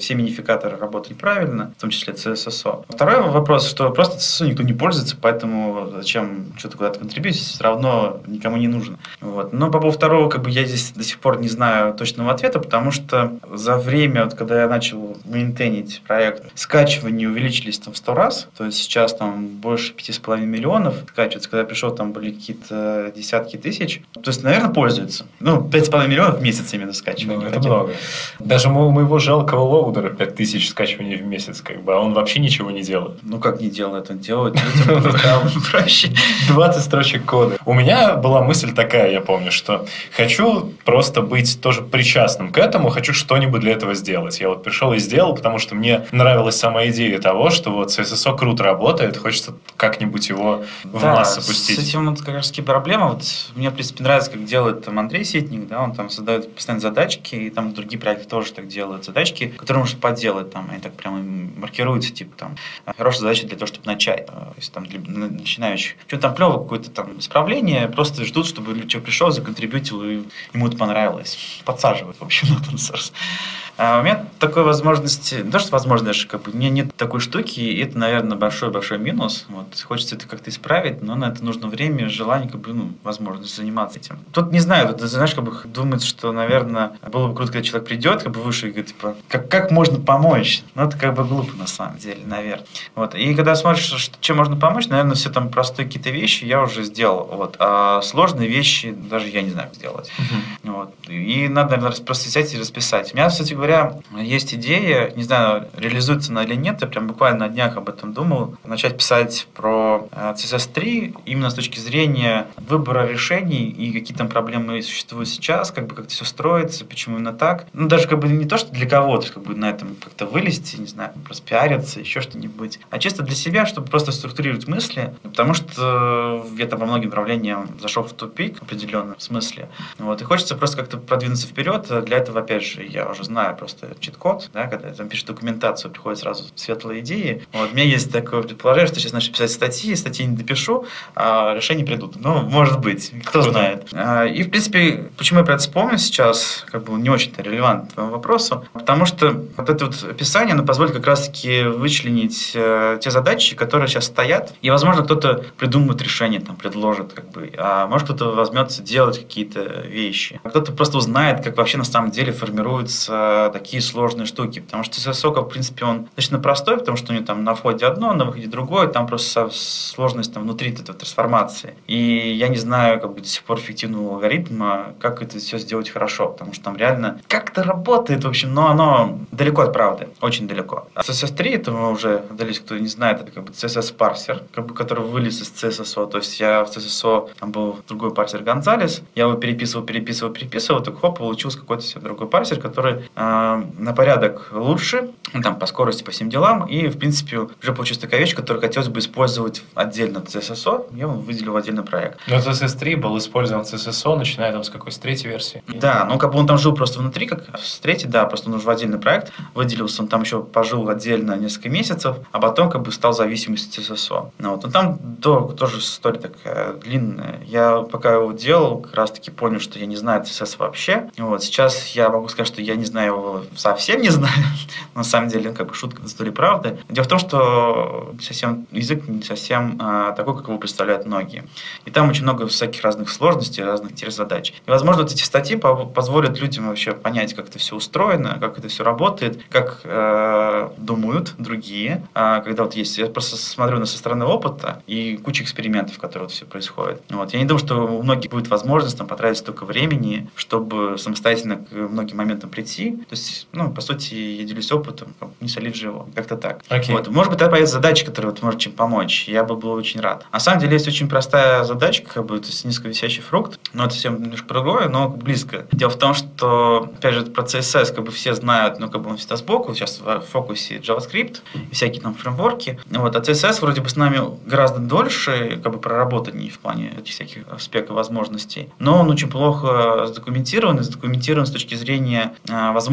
все минификаторы работали правильно, в том числе си эс эс о. Второй вопрос, что просто си эс эс о никто не пользуется, поэтому зачем что-то куда-то контрибьютить, все равно никому не нужно. Вот. Но по поводу второго, как бы я здесь до сих пор не знаю точного ответа, потому что за время, вот, когда я начал мейнтейнить проект, скачивания увеличились там в сто раз, то есть сейчас там больше пяти с половиной миллионов скачивается, когда я пришел, там были какие-то десятки тысяч, то есть, наверное, пользуются. Ну, пять с половиной миллионов в месяц именно скачивания. Ну, это много. Даже у моего жалкого лоудера пять тысяч скачиваний в месяц, как бы, а он вообще ничего не делает. Ну, как не делает? Он делает людям проще. двадцать строчек кода. У меня была мысль такая, я помню, что хочу просто быть тоже причастным к этому, хочу что-нибудь для этого сделать. Я вот пришел и сделал, потому что мне нравилась сама идея того, что вот си эс эс о круто работает, хочется как-нибудь его в да, массу пустить. С этим вот как раз таки проблема. Вот мне, в принципе, нравится, как делает там Андрей Ситник, да, он там создает постоянно задачки, и там другие проекты тоже так делают. Задачки, которые можно подделать, там, они так прямо маркируются, типа там, хорошая задача для того, чтобы начать, то есть там для начинающих. Что там клево, какое-то там исправление, просто ждут, чтобы человек пришел, законтрибьютил, и ему это понравилось. Подсаживают, в общем, на open source. А у меня такой возможности, не то, что возможность, как бы, у меня нет такой штуки, и это, наверное, большой-большой минус. Вот. Хочется это как-то исправить, но на это нужно время, желание, как бы, ну, возможность заниматься этим. Тут, не знаю, тут, знаешь, как бы думается, что, наверное, было бы круто, когда человек придет, как бы выше и говорит, типа, как, как можно помочь? Ну, это как бы глупо, на самом деле, наверное. Вот. И когда смотришь, что, чем можно помочь, наверное, все там простые какие-то вещи я уже сделал. Вот. А сложные вещи даже я не знаю, как сделать. Uh-huh. Вот. И надо, наверное, просто взять и расписать. У меня, кстати говоря, есть идея, не знаю, реализуется она или нет, я прям буквально на днях об этом думал, начать писать про си эс эс три именно с точки зрения выбора решений и какие там проблемы существуют сейчас, как бы как это все строится, почему именно так. Ну, даже как бы не то, что для кого-то, как бы на этом как-то вылезти, не знаю, просто пиариться, еще что-нибудь, а чисто для себя, чтобы просто структурировать мысли, потому что я там по многим направлениям зашел в тупик в определенном смысле. Вот, и хочется просто как-то продвинуться вперед. Для этого, опять же, я уже знаю просто чит-код, да, когда там пишешь документацию, приходят сразу светлые идеи. Вот, у меня есть такое предположение, что сейчас начну писать статьи, статьи не допишу, а решения придут. Ну, может быть, кто знает. И, в принципе, почему я про это вспомнил сейчас, как бы не очень-то релевантно к твоему вопросу, потому что вот это вот описание, оно позволит как раз-таки вычленить э, те задачи, которые сейчас стоят, и, возможно, кто-то придумает решение, там, предложит, как бы, а может, кто-то возьмется делать какие-то вещи. А кто-то просто узнает, как вообще на самом деле формируются такие сложные штуки, потому что си эс эс о, в принципе, он достаточно простой, потому что у него там на входе одно, на выходе другое, там просто сложность там внутри этой трансформации. И я не знаю, как бы до сих пор эффективного алгоритма, как это все сделать хорошо, потому что там реально как-то работает, в общем, но оно далеко от правды, очень далеко. А си эс эс три, это мы уже дались, кто не знает, это как бы си эс эс-парсер, как бы, который вылез из си эс эс о, то есть я в си эс эс о, там был другой парсер Гонзалес, я его переписывал, переписывал, переписывал, так хоп, получился какой-то себе другой парсер, который на порядок лучше, там, по скорости, по всем делам, и, в принципе, уже получилась такая вещь, которую хотелось бы использовать отдельно от си эс эс о, я его выделил в отдельный проект. Но си эс эс три был использован в си эс эс о, начиная там с какой, с третьей версии? Да, ну, как бы он там жил просто внутри, как с третьей, да, просто он уже в отдельный проект выделился, он там еще пожил отдельно несколько месяцев, а потом, как бы, стал зависимым от си эс эс о. Ну, вот, но там то, тоже история такая длинная. Я, пока его делал, как раз-таки понял, что я не знаю си эс эс вообще. Вот, сейчас я могу сказать, что я не знаю его совсем не знаю. На самом деле, как бы шутка, история правды. Дело в том, что совсем, язык не совсем а, такой, как его представляют многие. И там очень много всяких разных сложностей, разных задач. И, возможно, вот эти статьи позволят людям вообще понять, как это все устроено, как это все работает, как э, думают другие. А, когда вот есть, я просто смотрю на со стороны опыта и куча экспериментов, которые вот все происходит. Вот. Я не думаю, что у многих будет возможность там потратить столько времени, чтобы самостоятельно к многим моментам прийти. То есть, ну, по сути, я делюсь опытом, не солить же его, как-то так. Okay. Вот. Может быть, тогда появится задача, которая вот может чем помочь. Я бы был очень рад. На самом деле, есть очень простая задачка, как бы, то есть низковисящий фрукт, но это совсем немножко другое, но близко. Дело в том, что, опять же, про си эс эс как бы все знают, но как бы он всегда сбоку, сейчас в фокусе JavaScript и всякие там фреймворки. Вот. А си эс эс вроде бы с нами гораздо дольше как бы проработаннее в плане этих всяких спек и возможностей, но он очень плохо задокументирован, и задокументирован с точки зрения возможностей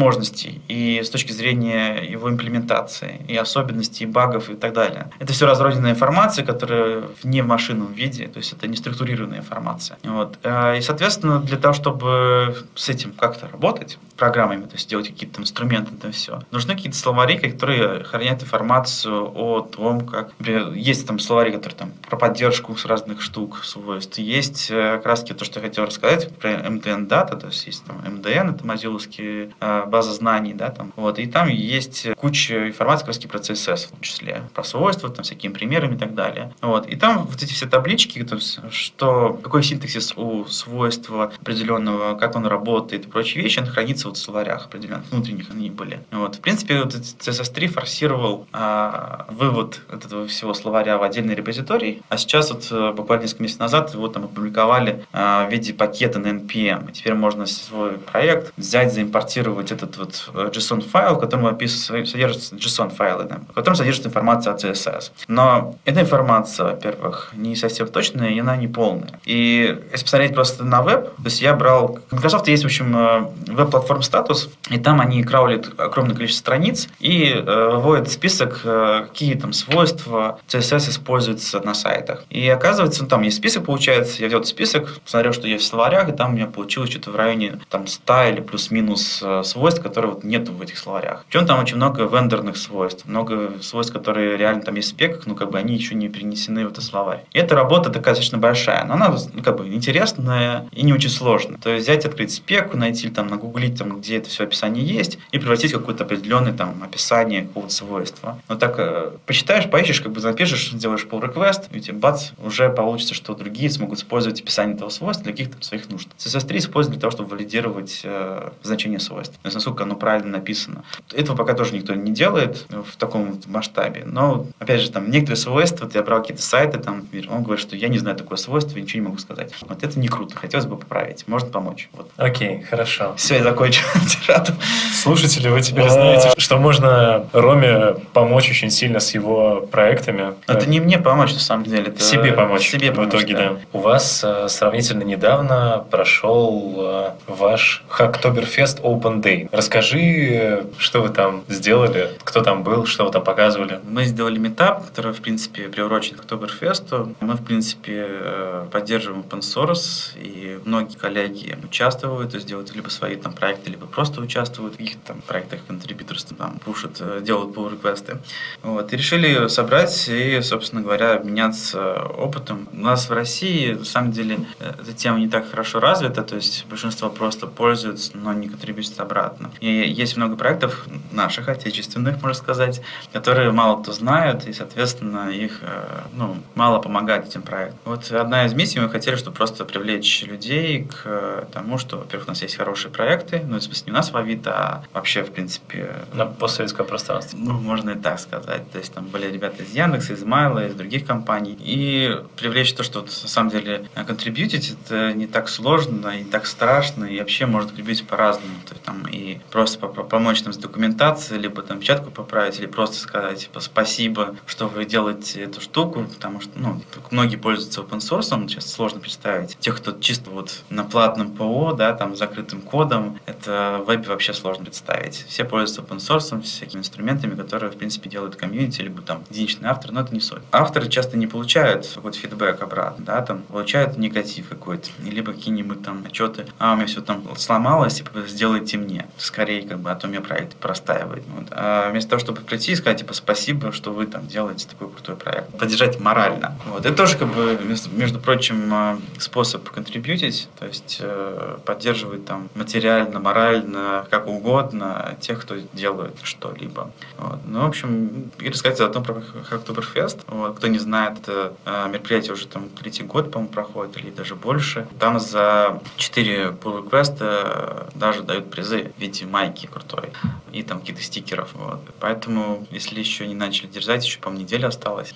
возможностей, и с точки зрения его имплементации, и особенностей, и багов, и так далее. Это все разрозненная информация, которая не в машинном виде, то есть это не структурированная информация. Вот. И, соответственно, для того, чтобы с этим как-то работать, программами, то есть делать какие-то инструменты, это все, нужны какие-то словари, которые хранят информацию о том, как... Например, есть там словари, которые там про поддержку с разных штук, свойств. Есть как раз то, что я хотел рассказать про эм ди эн-дата, то есть есть там эм ди эн, это мозиловские э, базы знаний, да, там, вот, и там есть куча информации как раз про си эс эс, в том числе, про свойства, там, всякими примерами и так далее. Вот, и там вот эти все таблички, то есть, что, какой синтаксис у свойства определенного, как он работает и прочие вещи, он хранится вот в словарях определенных, внутренних они были. Вот, в принципе, вот си эс эс три форсировал а, вывод этого всего словаря в отдельный репозиторий, а сейчас вот буквально несколько месяцев назад его там опубликовали а, в виде пакета на эн пи эм. И теперь можно свой проект взять, заимпортировать этот вот JSON-файл, в котором описывается, содержатся JSON-файлы, да, в котором содержится информация о си эс эс. Но эта информация, во-первых, не совсем точная, и она не полная. И если посмотреть просто на веб, то есть я брал... У Microsoft есть, в общем, веб-платформ статус, и там они краулят огромное количество страниц и э, выводят список, э, какие там свойства си эс эс используются на сайтах. И оказывается, ну, там есть список, получается, я взял этот список, посмотрел, что есть в словарях, и там у меня получилось что-то в районе там, сто или плюс-минус э, свойств, которые вот нету в этих словарях. Причем там очень много вендорных свойств, много свойств, которые реально там есть в спеках, но как бы они еще не перенесены в этот словарь. И эта работа такая достаточно большая, но она ну, как бы интересная и не очень сложная. То есть взять, открыть спеку, найти там, нагуглить, там, где это все описание есть, и превратить в какое-то определенное там, описание какого-то свойства. Вот так э, почитаешь, поищешь, как бы запишешь, сделаешь pull request, и тебе бац, уже получится, что другие смогут использовать описание этого свойства для каких-то своих нужд. си эс эс три используют для того, чтобы валидировать э, значение свойств. То есть, насколько оно правильно написано. Этого пока тоже никто не делает в таком масштабе. Но, опять же, там некоторые свойства, вот я брал какие-то сайты, там, он говорит, что я не знаю такое свойство, ничего не могу сказать. Вот это не круто, хотелось бы поправить. Можно помочь. Вот. Окей, хорошо. Все, я закончил тираду. Слушатели, вы теперь знаете, что можно Роме помочь очень сильно с его проектами. Это не мне помочь, на самом деле. Это себе помочь. Себе в помочь, итоге, да. да. У вас э, сравнительно недавно прошел э, ваш Hacktoberfest Open Day. Расскажи, что вы там сделали, кто там был, что вы там показывали. Мы сделали митап, который, в принципе, приурочен к Hacktoberfest. Мы, в принципе, поддерживаем open source, и многие коллеги участвуют, то есть делают либо свои там проекты, либо просто участвуют в каких-то там проектах, контрибьюторство, там, пушат, делают pull реквесты. Вот. И решили собрать и, собственно говоря, обменяться опытом. У нас в России, на самом деле, эта тема не так хорошо развита, то есть большинство просто пользуются, но не контрибьютят обратно. И есть много проектов наших, отечественных, можно сказать, которые мало кто знает, и, соответственно, их ну, мало помогает этим проектам. Вот одна из миссий, мы хотели, чтобы просто привлечь людей к тому, что, во-первых, у нас есть хорошие проекты, ну, в смысле, не у нас в Авито, а вообще, в принципе... На постсоветском пространстве. Ну, можно и так сказать. То есть, там были ребята из Яндекса, из Майла, из других компаний. И привлечь то, что, вот, на самом деле, контрибьютить, это не так сложно, и не так страшно, и вообще можно контрибьютить по-разному. То есть, там, и просто помочь нам с документацией, либо там печатку поправить, или просто сказать, типа, спасибо, что вы делаете эту штуку, потому что, ну, многие пользуются open source, сейчас сложно представить. Тех, кто чисто вот на платном ПО, да, там, с закрытым кодом, это в вебе вообще сложно представить. Все пользуются open source, всякими инструментами, которые, в принципе, делают комьюнити, либо там единичный автор, но это не суть. Авторы часто не получают какой-то фидбэк обратно, да, там, получают негатив какой-то, либо какие-нибудь там отчеты, а у меня все там сломалось, типа, сделайте мне. Скорее, как бы, а то у меня проект простаивает. Вот. А вместо того, чтобы прийти и сказать, типа, спасибо, что вы там делаете такой крутой проект. Поддержать морально. Вот. Это тоже, как бы, между прочим, способ контрибьютить, то есть поддерживать там материально, морально, как угодно тех, кто делает что-либо. Вот. Ну, в общем, и рассказать заодно про Hacktoberfest. Вот. Кто не знает, это мероприятие уже там третий год, по-моему, проходит, или даже больше. Там за четыре pull реквеста даже дают призы в виде майки крутой и там каких-то стикеров. Вот. Поэтому, если еще не начали дерзать, еще, по-моему, неделя осталась.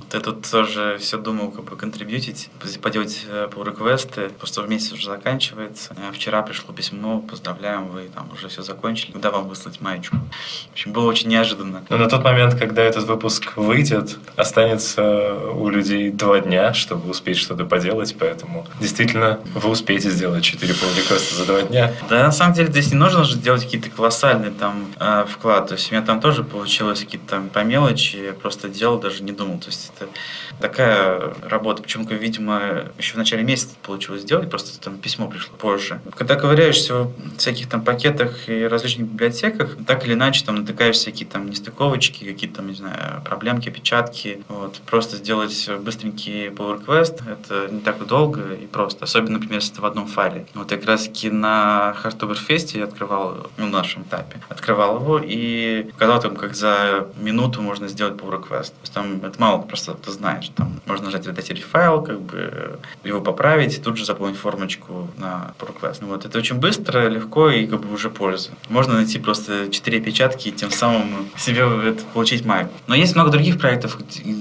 Я тут тоже все думал, как бы контрибьютить, поделать pull-реквесты, просто месяц уже заканчивается. Вчера пришло письмо, поздравляем, вы там уже все закончили, куда вам выслать маечку. В общем, было очень неожиданно. Но на тот момент, когда этот выпуск выйдет, останется у людей два дня, чтобы успеть что-то поделать, поэтому действительно вы успеете сделать четыре pull-реквеста за два дня. Да, на самом деле здесь не нужно же делать какие-то колоссальные там э, вклад. То есть у меня там тоже получилось какие-то там по мелочи, я просто делал, даже не думал. То есть это такая работа. Причем, видимо, еще в начале месяца получилось сделать, просто там письмо пришло позже. Когда ковыряешься в всяких там пакетах и различных библиотеках, так или иначе там натыкаешься всякие там нестыковочки, какие-то там, не знаю, проблемки, опечатки. Вот. Просто сделать быстренький pull request — это не так долго и просто. Особенно, например, если это в одном файле. Вот я как раз таки на Heartoberfest я открывал, ну, на нашем этапе, открывал его и показал там, как за минуту можно сделать pull request. То есть там это мало просто ты знаешь. Там можно нажать редактировать файл, как бы его поправить, и тут же заполнить формочку на pull request. Вот. Это очень быстро, легко и как бы уже польза. Можно найти просто четыре опечатки и тем самым себе это, получить майку. Но есть много других проектов,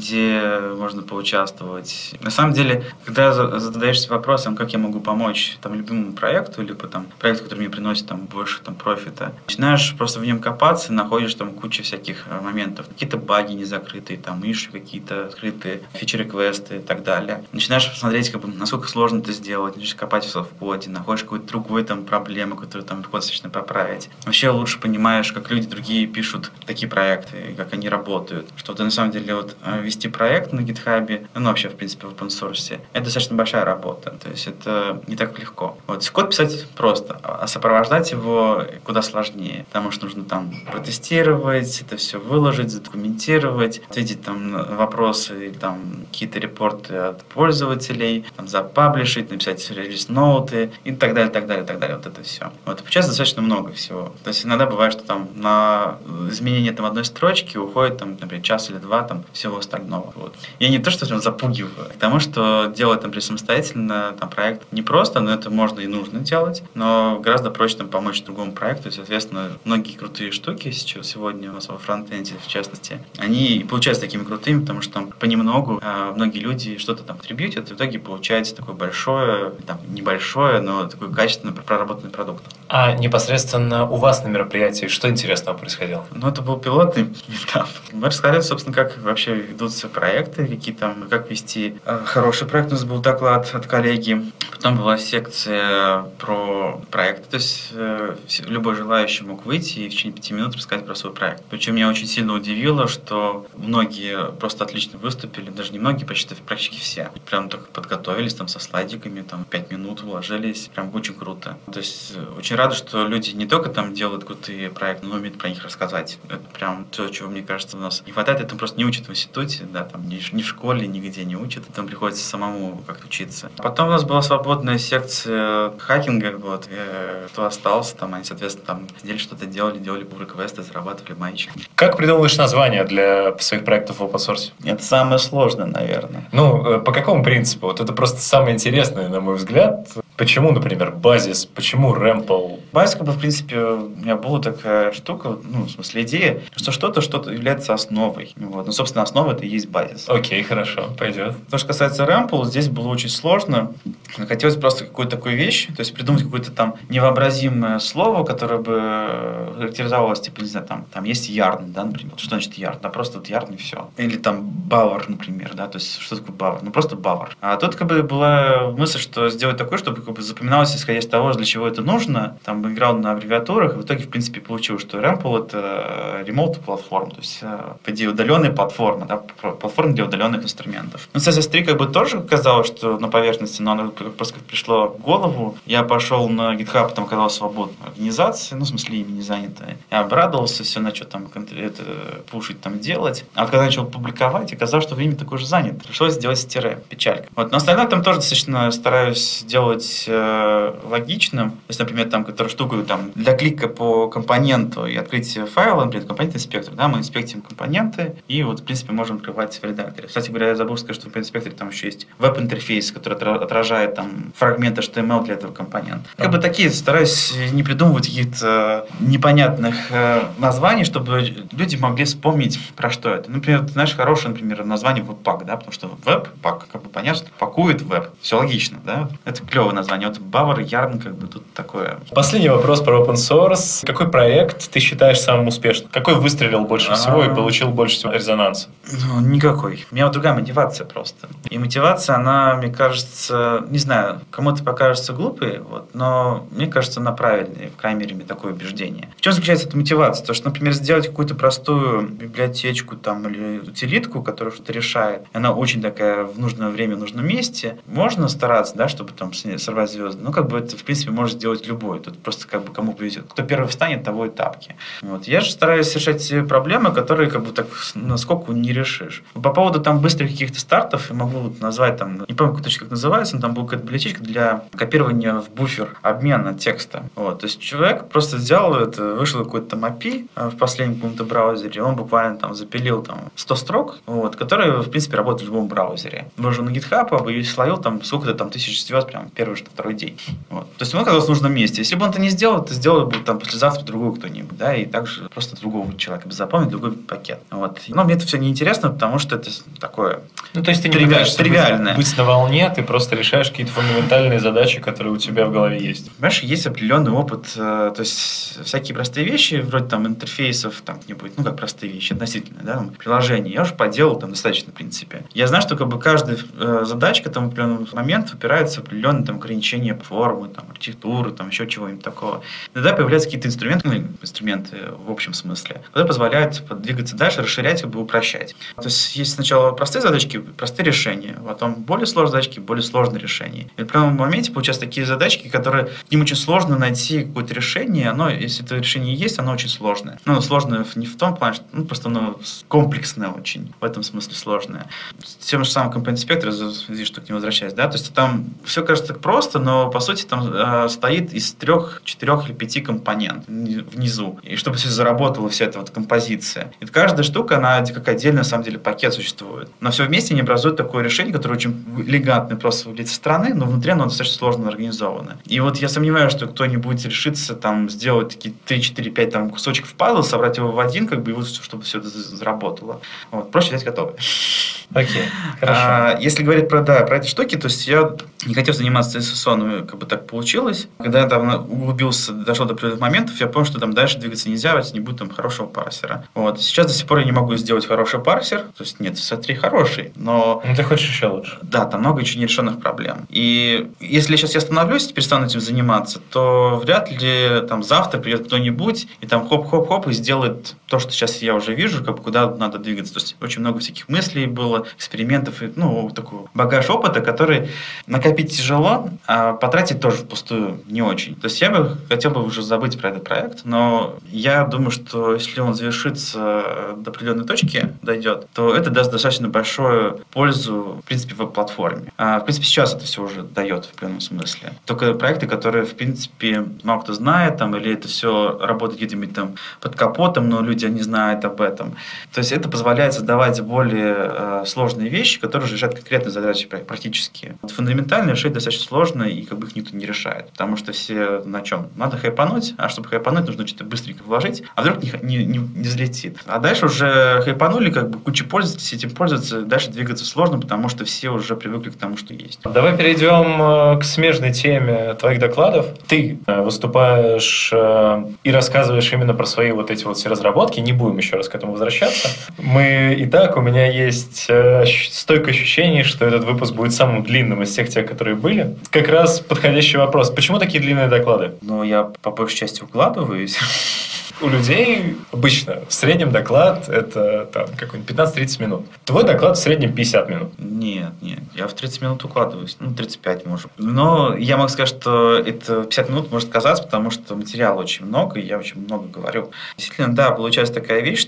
где можно поучаствовать. На самом деле, когда задаешься вопросом, как я могу помочь там любимому проекту, либо там проекту, который мне приносит там больше там профита, начинаешь просто в нем копаться и находишь там кучу всяких моментов. Какие-то баги не закрытые, там ищу какие-то открытые фичи-реквесты и так далее. Начинаешь посмотреть, как бы, насколько сложно это сделать, начинаешь копать в коде, находишь какую-то другую там проблему, которую там достаточно поправить. Вообще лучше понимаешь, как люди другие пишут такие проекты, как они работают. Что ты на самом деле вот вести проект на GitHub, ну вообще в принципе в open source, это достаточно большая работа. То есть это не так легко. Вот код писать просто, а сопровождать его куда сложнее, потому что нужно там протестировать, это все выложить, задокументировать, ответить там на вопросы или там какие-то репорты от пользователей, там запаблишить, написать релиз-ноуты и так далее, так далее, так далее. Вот это все. Вот сейчас достаточно много всего. То есть иногда бывает, что там на изменение там одной строчки уходит там, например, час или два там всего остального. Вот. Я не то, что прям запугиваю, к тому, что делать там самостоятельно там проект не просто, но это можно и нужно делать, но гораздо проще там помочь другому проекту. И, соответственно, многие крутые штуки сейчас сегодня у нас во фронтенде, в частности, они получаются такими крутыми, потому что там понемногу а, многие люди что-то там контрибьютят, и в итоге получается такое большое, там небольшое, но такой качественно проработанный продукт. А непосредственно у вас на мероприятии что интересного происходило? Ну, это был пилотный этап. Мы рассказали, собственно, как вообще ведутся проекты, какие там, как вести э, хороший проект. У нас был доклад от коллеги. Потом была секция про проект. То есть э, любой желающий мог выйти и в течение пяти минут рассказать про свой проект. Причем меня очень сильно удивило, что многие просто отлично выступили, даже не многие, почти практически все. Прям только подготовились там со слайдиками, там пять минут уложились. Прям очень круто. То есть очень рада, что люди не только там делают крутые проекты, но умеют про них рассказать. Это прям то, чего, мне кажется, у нас не хватает. Это просто не учат в институте, да, там ни, ни в школе, нигде не учат. Там приходится самому как-то учиться. Потом у нас была свободная секция хакинга, вот. И кто остался, там они, соответственно, там сидели, что-то делали, делали pull-реквесты, зарабатывали маечки. Как придумываешь название для своих проектов в open source? Это самое сложное, наверное. Ну, по какому принципу? Вот это просто самое интересное, на мой взгляд. Почему, например, базис? Почему Ремпл? Базис, как бы, в принципе, у меня была такая штука, ну, в смысле, идея, что что-то, что-то является основой. Вот. Ну, собственно, основа — это и есть базис. Окей, хорошо, пойдет. То, что касается Ремпл, здесь было очень сложно. Хотелось просто какую-то такую вещь, то есть придумать какое-то там невообразимое слово, которое бы характеризовалось, типа, не знаю, там, там есть ярн, да, например. Что значит ярн? Да, просто вот ярн и все. Или там бавар, например, да, то есть что такое бавар? Ну, просто бавар. А тут, как бы, была мысль, что сделать такое, чтобы как бы запоминалось, исходя из того, для чего это нужно. Там играл на аббревиатурах, и в итоге, в принципе, получилось, что Ремпл — это remote платформа, то есть, по идее, удаленная платформа, да, платформа для удаленных инструментов. Ну, си эс эс три как бы тоже казалось, что на поверхности, но оно просто как пришло в голову. Я пошел на GitHub, там оказалась свободная организация, ну, в смысле, имя не занятое. Я обрадовался, все начал там это, пушить, там делать. А вот когда начал публиковать, оказалось, что время такое же занято. Пришлось сделать с тире. Печалька. Вот. Но остальное там тоже достаточно стараюсь делать быть э, логичным. То есть, например, там, которую штуку там, для клика по компоненту и открытия файла, например, компонент-инспектор, да, мы инспектируем компоненты и вот, в принципе, можем открывать в редакторе. Кстати говоря, я забыл сказать, что в инспекторе там еще есть веб-интерфейс, который отражает там фрагмент эйч ти эм эл для этого компонента. Как бы такие, стараюсь не придумывать каких-то непонятных э, названий, чтобы люди могли вспомнить, про что это. Например, ты знаешь, хорошее, например, название веб-пак, да, потому что веб-пак, как бы понятно, что пакует веб. Все логично, да? Это клевое название. Вот Бавар, Ярн, как бы тут такое. Последний вопрос про open source. Какой проект ты считаешь самым успешным? Какой выстрелил больше всего и получил больше всего резонанса? Ну, никакой. У меня вот другая мотивация просто. И мотивация, она, мне кажется, не знаю, кому-то покажется глупой, вот, но мне кажется, она правильная, в крайней мере, мне такое убеждение. В чем заключается эта мотивация? То, что, например, сделать какую-то простую библиотечку там, или утилитку, которая что-то решает, она очень такая в нужное время, в нужном месте, можно стараться, да, чтобы там сорвать звезды. Ну, как бы это, в принципе, может сделать любой. Тут просто как бы кому повезет. Кто первый встанет, того и тапки. Вот. Я же стараюсь решать проблемы, которые как бы так насколько не решишь. По поводу там быстрых каких-то стартов, я могу вот назвать там, не помню, точно как называется, но там была какая-то библиотечка для копирования в буфер обмена текста. Вот. То есть человек просто взял это, вышел какой-то там эй пи ай в последнем каком-то браузере, он буквально там запилил там сто строк, вот, которые, в принципе, работают в любом браузере. Можно на GitHub и словил там сколько-то там тысяч звезд прям первый же второй день. Вот. То есть он оказался в нужном месте. Если бы он это не сделал, то сделал бы там послезавтра другой кто-нибудь, да, и также просто другого человека бы запомнил, другой пакет. Вот. Но мне это все неинтересно, потому что это такое ну, то есть ты не тривиаль, пытаешься тривиальное. Быть, быть на волне, ты просто решаешь какие-то фундаментальные задачи, которые у тебя в голове есть. Понимаешь, есть определенный опыт, то есть всякие простые вещи, вроде там интерфейсов, там где-нибудь, ну как простые вещи, относительно, да, там, приложений, я уже поделал там достаточно, в принципе. Я знаю, что как бы каждая э, задачка там в определенный момент упирается в определенные там ограничения формы, там, архитектуры, там еще чего-нибудь такого. Иногда появляются какие-то инструменты, ну, инструменты в общем смысле, которые позволяют двигаться дальше, расширять, как бы упрощать. То есть есть сначала простые задачки, простые решения, потом более сложные задачки, более сложные решения. И в определенном моменте получаются такие задачки, которые к ним очень сложно найти какое-то решение, оно, если это решение есть, оно очень сложное. Ну, сложное не в том плане, что ну, просто оно комплексное очень, в этом смысле сложное. С тем же самым компонент-инспектором, здесь что к нему возвращаюсь, да, то есть там все кажется так просто, но по сути там э, стоит из трех, четырех или пяти компонент внизу, и чтобы все заработала вся эта вот композиция. И каждая штука, она как отдельный, на самом деле, пакет существует. Но все вместе они образуют такое решение, которое очень элегантно просто выглядит со стороны, но внутри оно достаточно сложно организовано. И вот я сомневаюсь, что кто-нибудь решится там сделать такие три, четыре, пять там кусочков пазла, собрать его в один, как бы, и вот, чтобы все это заработало. Вот. Проще взять готовое. Окей, хорошо. А, если говорить про, да, про эти штуки, то есть я не хотел заниматься си эс эс, но как бы так получилось. Когда я там углубился, дошел до определенных моментов, я понял, что там дальше двигаться нельзя, если не будет там хорошего парсера. Вот. Сейчас до сих пор я не могу сделать хороший парсер, то есть нет, эс эс три хороший, но... Ну, ты хочешь еще лучше. Да, там много еще нерешенных проблем. И если сейчас я остановлюсь и перестану этим заниматься, то вряд ли там завтра придет кто-нибудь и там хоп-хоп-хоп и сделает то, что сейчас я уже вижу, как бы куда надо двигаться. То есть очень много всяких мыслей было, экспериментов, и, ну, такой багаж опыта, который накопить тяжело, а потратить тоже впустую не очень. То есть я бы хотел бы уже забыть про этот проект, но я думаю, что если он завершится до определенной точки, дойдет, то это даст достаточно большую пользу, в принципе, в платформе. А, в принципе, сейчас это все уже дает в определенном смысле. Только проекты, которые, в принципе, мало кто знает, там, или это все работает где-нибудь там под капотом, но люди не знают об этом. То есть это позволяет создавать более э, сложные вещи, которые уже решают конкретные задачи практически. Вот фундаментально решить достаточно сложно, и как бы их никто не решает. Потому что все на чем? Надо хайпануть, а чтобы хайпануть, нужно что-то быстренько вложить, а вдруг не, не, не, не взлетит. А дальше уже хайпанули, как бы куча пользователей этим пользуются, дальше двигаться сложно, потому что все уже привыкли к тому, что есть. Давай перейдем к смежной теме твоих докладов. Ты выступаешь и рассказываешь именно про свои вот эти вот все разработки. Не будем еще раз к этому возвращаться. Мы и так, у меня есть стойкое ощущение, что этот выпуск будет самым длинным из всех тех, которые были. Как раз подходящий вопрос. Почему такие длинные доклады? Ну, я по большей части укладываюсь. У людей обычно в среднем доклад это там какой-нибудь пятнадцать-тридцать минут. Твой доклад в среднем пятьдесят минут. Нет, нет, я в тридцать минут укладываюсь, ну тридцать пять может. Но я могу сказать, что это пятьдесят минут может казаться, потому что материала очень много, и я очень много говорю. Действительно, да, получается такая вещь,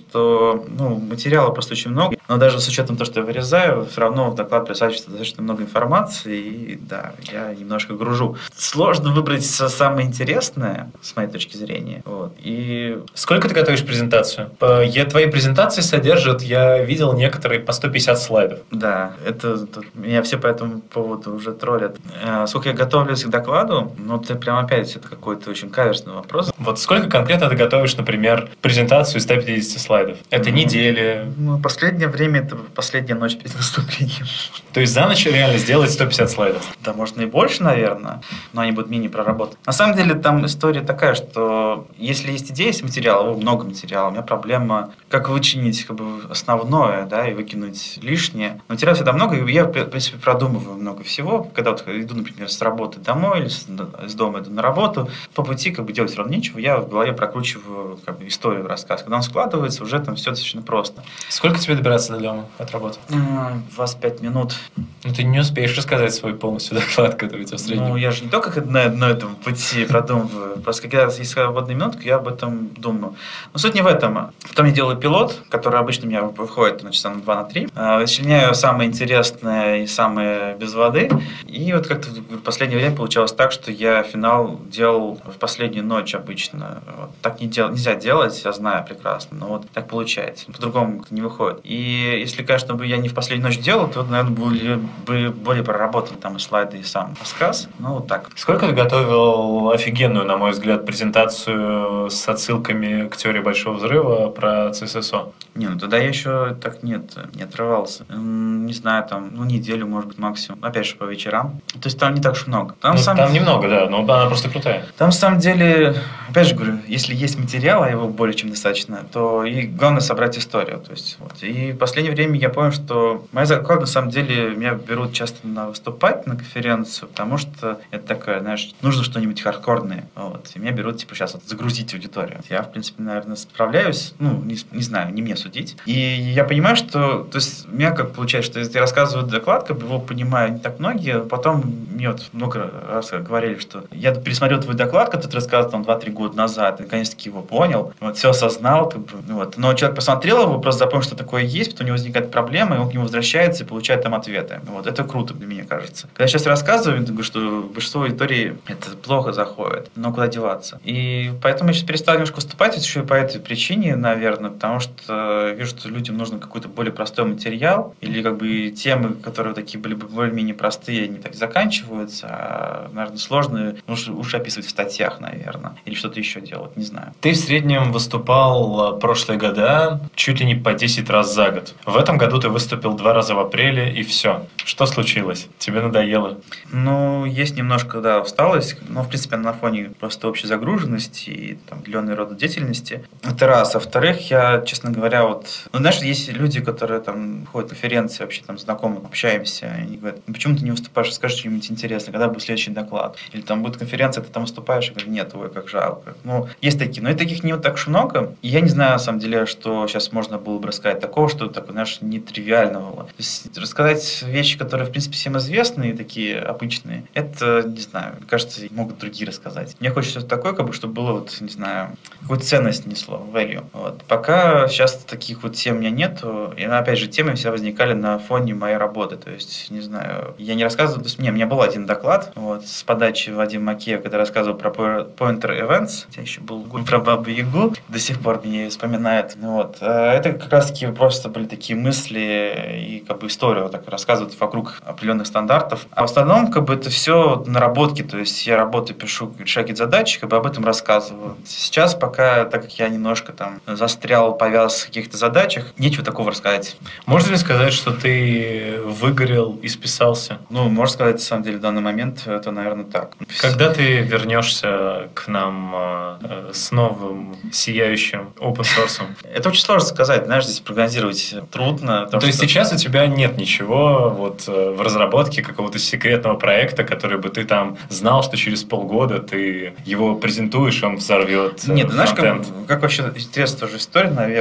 что ну, материала просто очень много, но даже с учетом того, что я вырезаю, все равно в доклад присаживается достаточно много информации, и да, я немножко гружу. Сложно выбрать самое интересное, с моей точки зрения. Вот. И... Сколько ты готовишь презентацию? Я, твои презентации содержат, я видел некоторые по сто пятьдесят слайдов. Да, это тут, меня все по этому поводу уже троллят. А, сколько я готовлюсь к докладу, ну, ты прям опять, это какой-то очень каверзный вопрос. Вот сколько конкретно ты готовишь, например, презентацию из ста пятидесяти слайдов? Это mm-hmm. недели? Ну, последнее время это последняя ночь перед выступлением. То есть за ночь реально сделать сто пятьдесят слайдов? Да, можно и больше, наверное, но они будут мини-проработаны. На самом деле там история такая, что если есть идея, есть материал, много материала, у меня проблема, как вычинить как бы основное, да, и выкинуть лишнее. Материала всегда много, и я, в принципе, продумываю много всего. Когда вот иду, например, с работы домой или с дома иду на работу, по пути как бы делать все равно нечего, я в голове прокручиваю как бы историю, рассказ. Когда он складывается, уже там все достаточно просто. Сколько тебе добираться до дома от работы? двадцать пять минут. Ну, ты не успеешь рассказать свой полностью доклад, который у тебя в среднем. Ну, я же не только на, на этом пути продумываю. Просто когда есть свободная минутка, я об этом думаю. Но суть не в этом. Потом я делаю пилот, который обычно у меня выходит на часа на два на три. Вычленяю самое интересное и самое без воды. И вот как-то в последнее время получалось так, что я финал делал в последнюю ночь обычно. Вот. Так не дел, нельзя делать, я знаю прекрасно, но вот так получается. По-другому не выходит. И если, конечно, бы я не в последнюю ночь делал, то, наверное, были бы более проработаны там и слайды, и сам рассказ. Ну, вот так. Сколько ты готовил офигенную, на мой взгляд, презентацию с отсылками к теории Большого Взрыва про си эс эс о? Не, ну тогда я еще так нет, не отрывался. Не знаю, там, ну, неделю, может быть, максимум. Опять же, по вечерам. То есть там не так уж много. Там, ну, сам... там немного, да, но она просто крутая. Там, на самом деле, опять же говорю, если есть материал, а его более чем достаточно, то и главное собрать историю. То есть, вот. И в последнее время я понял, что моя заклад, на самом деле, меня берут часто на выступать на конференцию, потому что это такое, знаешь, нужно что-нибудь хардкорное. Вот. И меня берут, типа, сейчас вот, загрузить аудиторию. Я, в принципе, наверное, справляюсь, ну, не, не знаю, не мне судить. И я понимаю, что, то есть, у меня как получается, что если я рассказываю доклад, как бы его понимают не так многие, потом мне вот много раз говорили, что я пересмотрел твой доклад, который ты рассказывал там два-три года назад, и наконец-таки его понял, вот, все осознал, как бы, вот. Но человек посмотрел его, просто запомнил, что такое есть, потом у него возникает проблема, и он к нему возвращается и получает там ответы. Вот. Это круто для меня, кажется. Когда я сейчас рассказываю, я думаю, что большинство аудитории это плохо заходит, но куда деваться. И поэтому я сейчас перестал немножко выступать, еще и по этой причине, наверное, потому что вижу, что людям нужно какой-то более простой материал, или как бы темы, которые такие были бы более-менее простые, они так заканчиваются, а, наверное, сложно лучше, лучше описывать в статьях, наверное, или что-то еще делать, не знаю. Ты в среднем выступал прошлые года чуть ли не по десять раз за год. В этом году ты выступил два раза в апреле, и все. Что случилось? Тебе надоело? Ну, есть немножко, да, усталость, но, в принципе, на фоне просто общей загруженности и там, определенной рода деятельности. Это раз. А во-вторых, я, честно говоря, вот... Ну, знаешь, есть люди, которые там ходят на конференции, вообще там знакомы, общаемся, и они говорят, ну, почему ты не выступаешь, скажи что-нибудь интересное, когда будет следующий доклад? Или там будет конференция, ты там выступаешь, и говорю, нет, ой, как жалко. Ну, есть такие, но и таких не вот так уж много. И я не знаю, на самом деле, что сейчас можно было бы рассказать такого, что такое, знаешь, нетривиального. То есть рассказать вещи, которые, в принципе, всем известны и такие обычные, это, не знаю, мне кажется, могут другие рассказать. Мне хочется такое, как бы, чтобы было, вот, не знаю, какую-то ценность несло, value. Вот. Пока сейчас таких вот тем у меня нету, и, опять же, темы все возникали на фоне моей работы, то есть, не знаю, я не рассказывал, то есть, не, у меня был один доклад, вот, с подачи Вадима Макеева, когда рассказывал про Pointer Events, у тебя еще был про Бабу Ягу, до сих пор меня вспоминает, вот. Это как раз-таки просто были такие мысли и, как бы, историю так рассказывать вокруг определенных стандартов, а в основном, как бы, это все наработки, то есть, я работаю, пишу, решаю какие-то задачи, как бы, об этом рассказываю. Сейчас пока, так как я немножко там застрял, повяз в каких-то задачах, нечего такого рассказать. Можно ли сказать, что ты выгорел и списался? Ну, можно сказать, на самом деле, в данный момент это, наверное, так. Когда ты вернешься к нам э, с новым сияющим open source? Это очень сложно сказать, знаешь, здесь прогнозировать трудно. То есть сейчас у тебя нет ничего вот в разработке какого-то секретного проекта, который бы ты там знал, что через полгода ты его презентуешь, он взорвет Нет, фронтенд. знаешь, как, как вообще интересная тоже история, наверное, интересная.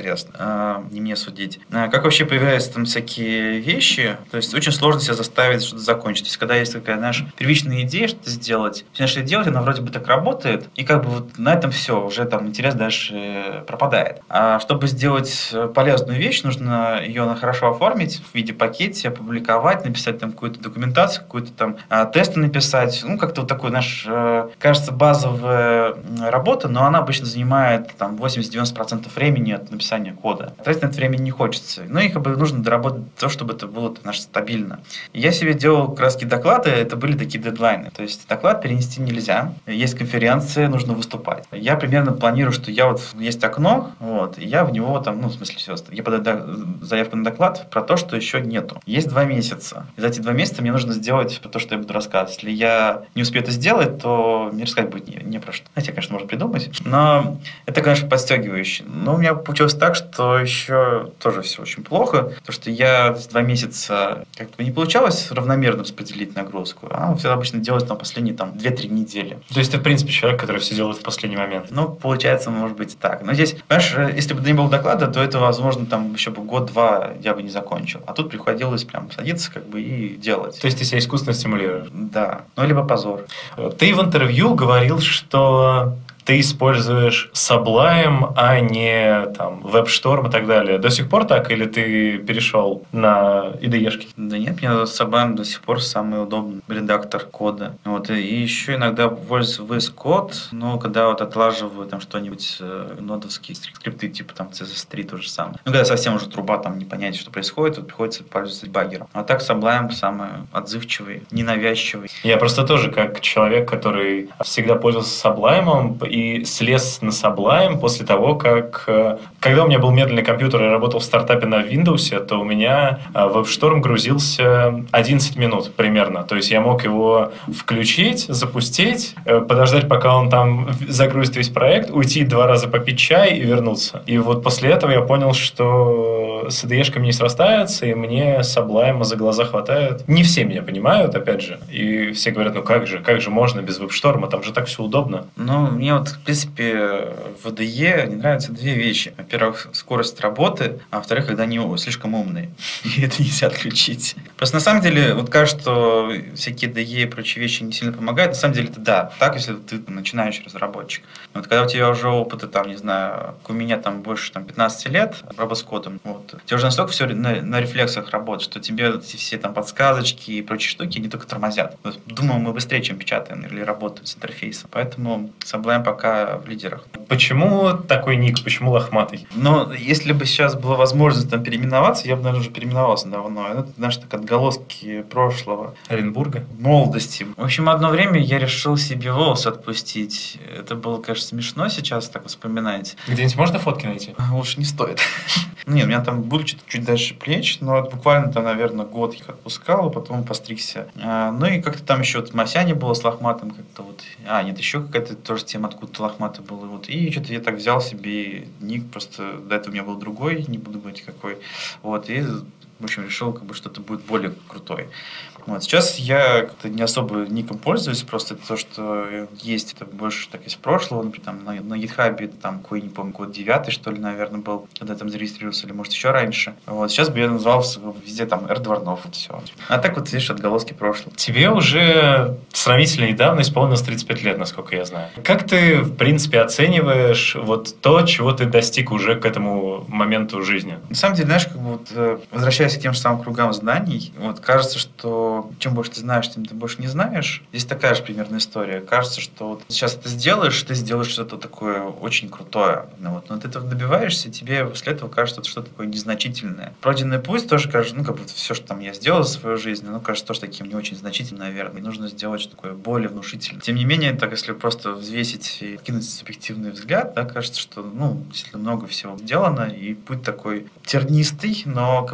интересно. А, не мне судить. А, как вообще появляются там всякие вещи? То есть очень сложно себя заставить что-то закончить. То есть когда есть такая, знаешь, первичная идея что-то сделать, начинаешь это делать, она вроде бы так работает, и как бы вот на этом все, уже там интерес дальше пропадает. А чтобы сделать полезную вещь, нужно ее хорошо оформить в виде пакете, опубликовать, написать там какую-то документацию, какую-то там а, тесты написать. Ну, как-то вот такой, знаешь, э, кажется, базовая работа, но она обычно занимает там восемьдесят-девяносто процентов времени от написания кода. Тратить на это времени не хочется. Ну и как бы нужно доработать то, чтобы это было, знаешь, стабильно. И я себе делал как раз доклады, это были такие дедлайны. То есть доклад перенести нельзя. Есть конференция, нужно выступать. Я примерно планирую, что я вот есть окно, вот, и я в него там, ну, в смысле, все, я подаю заявку на доклад про то, что еще нету. Есть два месяца. И за эти два месяца мне нужно сделать то, что я буду рассказывать. Если я не успею это сделать, то мне рассказать будет не, не про что. Хотя, конечно, можно придумать, но это, конечно, подстегивающе. Но у меня получилось так, что еще тоже все очень плохо, потому что я два месяца как-то не получалось равномерно распределить нагрузку, а все обычно делать там последние там две-три недели. То есть ты, в принципе, человек, который все делает в последний момент? Ну, получается, может быть, так. Но здесь, понимаешь, если бы не было доклада, то это, возможно, там еще бы год-два я бы не закончил. А тут приходилось прям садиться как бы и делать. То есть ты себя искусственно стимулируешь? Да. Ну, либо позор. Ты в интервью говорил, что ты используешь Sublime, а не там WebStorm и так далее. До сих пор так? Или ты перешел на ай ди и-шки? Да нет, мне Sublime до сих пор самый удобный редактор кода. Вот. И еще иногда пользуюсь ви эс Code, но когда вот отлаживаю там что-нибудь, нодовские скрипты, типа там си эс эс три, то же самое. Ну, когда совсем уже труба, там не понять, что происходит, вот приходится пользоваться баггером. А так Sublime самый отзывчивый, ненавязчивый. Я просто тоже как человек, который всегда пользовался Sublime и слез на Sublime после того, как... Когда у меня был медленный компьютер и я работал в стартапе на Windows, то у меня WebStorm грузился одиннадцать минут примерно. То есть я мог его включить, запустить, подождать, пока он там загрузит весь проект, уйти два раза попить чай и вернуться. И вот после этого я понял, что с ай ди и-шками не срастается, и мне Sublime за глаза хватает. Не все меня понимают, опять же. И все говорят, ну как же, как же можно без WebStorm, там же так все удобно. Ну, мне вот, в принципе, в ай ди и не нравятся две вещи. Во-первых, скорость работы, а во-вторых, когда они слишком умные. И это нельзя отключить. Просто на самом деле, вот кажется, что всякие ай ди и и прочие вещи не сильно помогают. На самом деле это да, так, если ты начинающий разработчик. Вот когда у тебя уже опыта, там, не знаю, как у меня там больше там, пятнадцать лет работы с кодом, вот, у тебя уже настолько все на, на рефлексах работает, что тебе эти все там подсказочки и прочие штуки, они только тормозят. Вот, думаю, мы быстрее, чем печатаем или работаем с интерфейсом. Поэтому Sublime пока в лидерах. Почему такой ник? Почему лохматый? Ну, если бы сейчас была возможность там переименоваться, я бы, наверное, уже переименовался давно. Это, знаешь, так отголоски прошлого. Оренбурга? Молодости. В общем, одно время я решил себе волосы отпустить. Это было, конечно, смешно сейчас так вспоминать. Где-нибудь можно фотки найти? Лучше не стоит. Нет, у меня там было чуть, чуть дальше плеч, но это буквально там, наверное, год их отпускал, а потом постригся. А, ну и как-то там еще вот Масяня было с лохматым как-то вот. А, нет, еще какая-то тоже тема, откуда-то лохматый был. Вот. И что-то я так взял себе ник, просто до этого у меня был другой, не буду говорить какой. Вот, и в общем, решил, как бы, что это будет более крутой. Вот. Сейчас я как-то не особо ником пользуюсь, просто это то, что есть, это больше так из прошлого. Например, там, на, на GitHub это там какой, не помню, год девятый, что ли, наверное, был, когда я там зарегистрировался, или, может, еще раньше. Вот. Сейчас бы я назывался везде там R-Дворнов, вот все. А так вот, видишь, отголоски прошлого. Тебе уже сравнительно недавно исполнилось тридцать пять лет, насколько я знаю. Как ты, в принципе, оцениваешь вот то, чего ты достиг уже к этому моменту жизни? На самом деле, знаешь, как бы вот, возвращаясь к тем же самым кругам знаний, вот кажется, что чем больше ты знаешь, тем ты больше не знаешь. Здесь такая же примерная история. Кажется, что вот сейчас ты сделаешь, ты сделаешь что-то такое очень крутое. Ну, вот, но ты этого добиваешься, тебе после этого кажется, что это такое незначительное. Пройденный путь тоже кажется, ну, как бы все, что там я сделал за свою жизнь, ну, кажется тоже таким не очень значительным, наверное. И нужно сделать что-то такое более внушительное. Тем не менее, так если просто взвесить и кинуть субъективный взгляд, да, кажется, что, ну, действительно много всего сделано, и путь такой тернистый, но как бы очень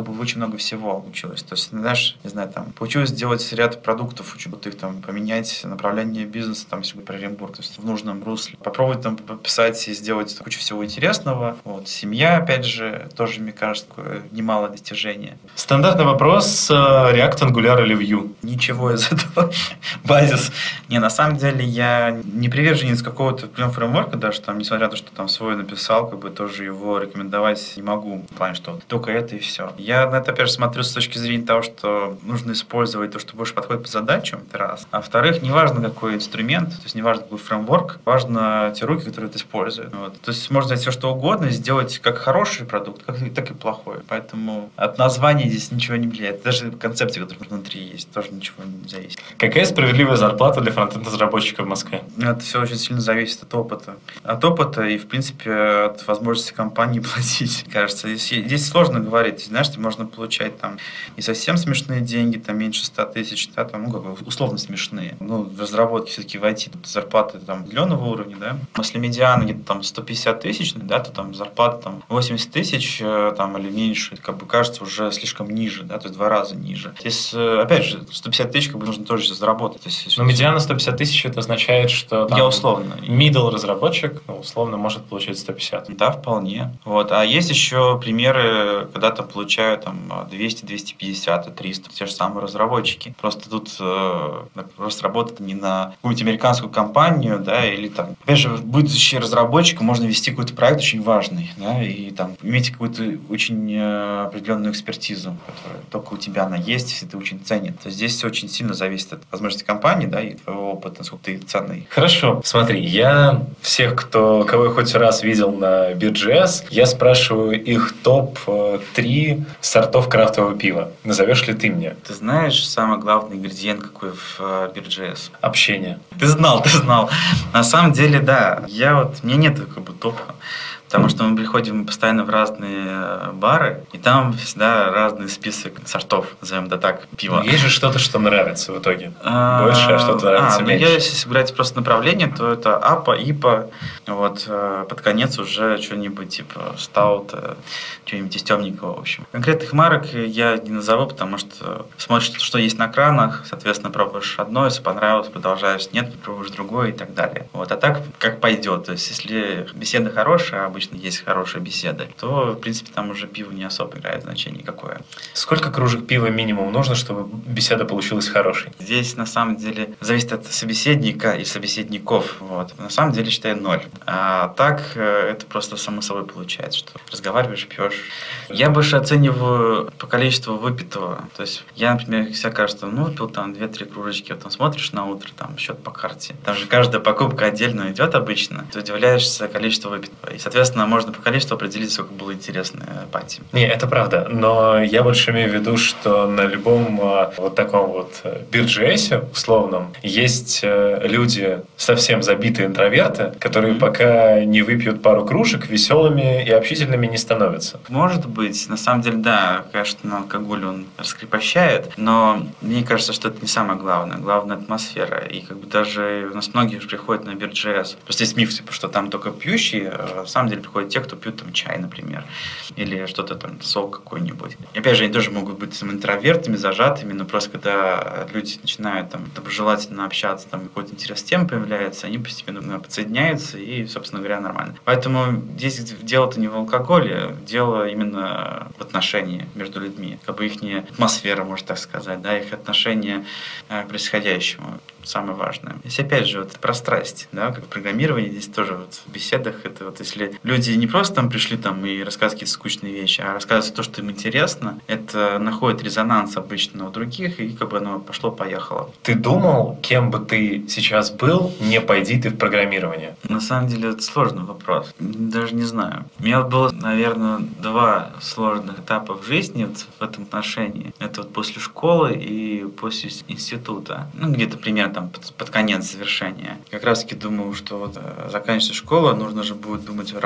много всего получилось. То есть, знаешь, не знаю, там, получилось сделать ряд продуктов, очень крутых, там, поменять направление бизнеса, там, если говорить про Оренбург, то есть в нужном русле. Попробовать там пописать и сделать кучу всего интересного. Вот. Семья, опять же, тоже, мне кажется, такое немало достижение. Стандартный вопрос: React, Angular или Vue? Ничего из этого. Базис. Не, на самом деле я не приверженец какого-то прям фреймворка, даже там, несмотря на то, что там свой написал, как бы тоже его рекомендовать не могу. В плане, что только это и все. Я на это, опять же, смотрю с точки зрения того, что нужно использовать то, что больше подходит по задачам, это раз. А во-вторых, неважно, какой инструмент, то есть неважно, какой фреймворк, важно те руки, которые это используют. Вот. То есть можно взять все, что угодно, и сделать как хороший продукт, как, так и плохой. Поэтому от названия здесь ничего не влияет. Даже концепции, которые внутри есть, тоже ничего не зависит. Какая справедливая зарплата для фронтенд-разработчика в Москве? Это все очень сильно зависит от опыта. От опыта и, в принципе, от возможности компании платить. Кажется, здесь, здесь сложно говорить. Знаешь, можно получать там и совсем смешные деньги, там меньше ста тысяч, да, там, ну, как бы условно смешные. Ну, в разработке все-таки в ай ти зарплаты там определенного уровня, да. Если медиана где-то там сто пятьдесят тысяч, да, то там зарплата там восемьдесят тысяч там, или меньше, как бы кажется уже слишком ниже, да, то есть в два раза ниже. Здесь, опять же, сто пятьдесят тысяч как бы нужно тоже заработать. То есть, но медиана сто пятьдесят тысяч, это означает, что там, я условно. Middle разработчик, ну, условно может получить сто пятьдесят. Да, вполне. Вот. А есть еще примеры, когда там получают там двести, двести пятьдесят и триста. Те же самые разработчики. Просто тут э, просто работать не на какую-нибудь американскую компанию, да, или там, опять же, будучи разработчиком, можно вести какой-то проект очень важный, да, и там иметь какую-то очень э, определенную экспертизу, которая только у тебя она есть, если ты очень ценен. То есть здесь все очень сильно зависит от возможности компании, да, и твоего опыта, насколько ты ценный. Хорошо. Смотри, я всех, кто, кого я хоть раз видел на Бир.джи эс, я спрашиваю их топ три сортов крафтового пива. Назовешь ли ты мне? Ты знаешь самый главный ингредиент какой в Бир.джи эс? Общение. Ты знал, ты знал. На самом деле, да. Я вот, у меня нет как бы топа. Потому что мы приходим постоянно в разные бары, и там всегда разный список сортов, назовем это так, пива. Но есть же что-то, что нравится в итоге. Больше, а что-то нравится а, ну меньше. Я, если брать просто направление, то это АПА, ИПА, вот, под конец уже что-нибудь типа стаут, что-нибудь из темненького, в общем. Конкретных марок я не назову, потому что смотришь, что есть на кранах, соответственно, пробуешь одно, если понравилось, продолжаешь, нет, пробуешь другое и так далее. Вот, а так, как пойдет. То есть, если беседа хорошая, обычно есть хорошая беседа, то, в принципе, там уже пиво не особо играет значение какое. Сколько кружек пива минимум нужно, чтобы беседа получилась хорошей? Здесь, на самом деле, зависит от собеседника и собеседников. Вот. На самом деле, считаю ноль. А так, это просто само собой получается, что разговариваешь, пьешь. Я больше оцениваю по количеству выпитого. То есть, я, например, всегда кажется, ну, выпил там две-три кружечки, вот там смотришь на утро, там, счет по карте. Там же каждая покупка отдельно идет обычно. Ты удивляешься количеству выпитого. И, соответственно, можно по количеству определить, сколько было интересное пати. Не, это правда. Но я больше имею в виду, что на любом вот таком вот Бир.джи-эсе условном есть люди, совсем забитые интроверты, которые mm-hmm. пока не выпьют пару кружек, веселыми и общительными не становятся. Может быть. На самом деле, да, конечно, алкоголь он раскрепощает, но мне кажется, что это не самое главное. Главное — атмосфера. И как бы даже у нас многие уже приходят на Бир.джи-эс. Просто есть миф, типа, что там только пьющие, а на самом деле приходят те, кто пьют там чай, например, или что-то там, сок какой-нибудь. И опять же, они тоже могут быть там интровертами, зажатыми, но просто когда люди начинают там доброжелательно общаться, там какой-то интерес к теме появляется, они постепенно ну, подсоединяются и, собственно говоря, нормально. Поэтому здесь дело-то не в алкоголе, дело именно в отношении между людьми, как бы их атмосфера, можно так сказать, да, их отношение к происходящему. Самое важное. Здесь опять же вот про страсть, да, как программирование, здесь тоже вот в беседах, это вот если люди не просто там пришли там и рассказывают какие-то скучные вещи, а рассказывают то, что им интересно, это находит резонанс обычно у других, и как бы оно пошло-поехало. Ты думал, кем бы ты сейчас был, не пойди ты в программирование? На самом деле это сложный вопрос. Даже не знаю. У меня было, наверное, два сложных этапа в жизни вот в этом отношении. Это вот после школы и после института. Ну, где-то примерно там под, под конец завершения. Как раз таки думаю, что вот заканчивается школа, нужно же будет думать о работе.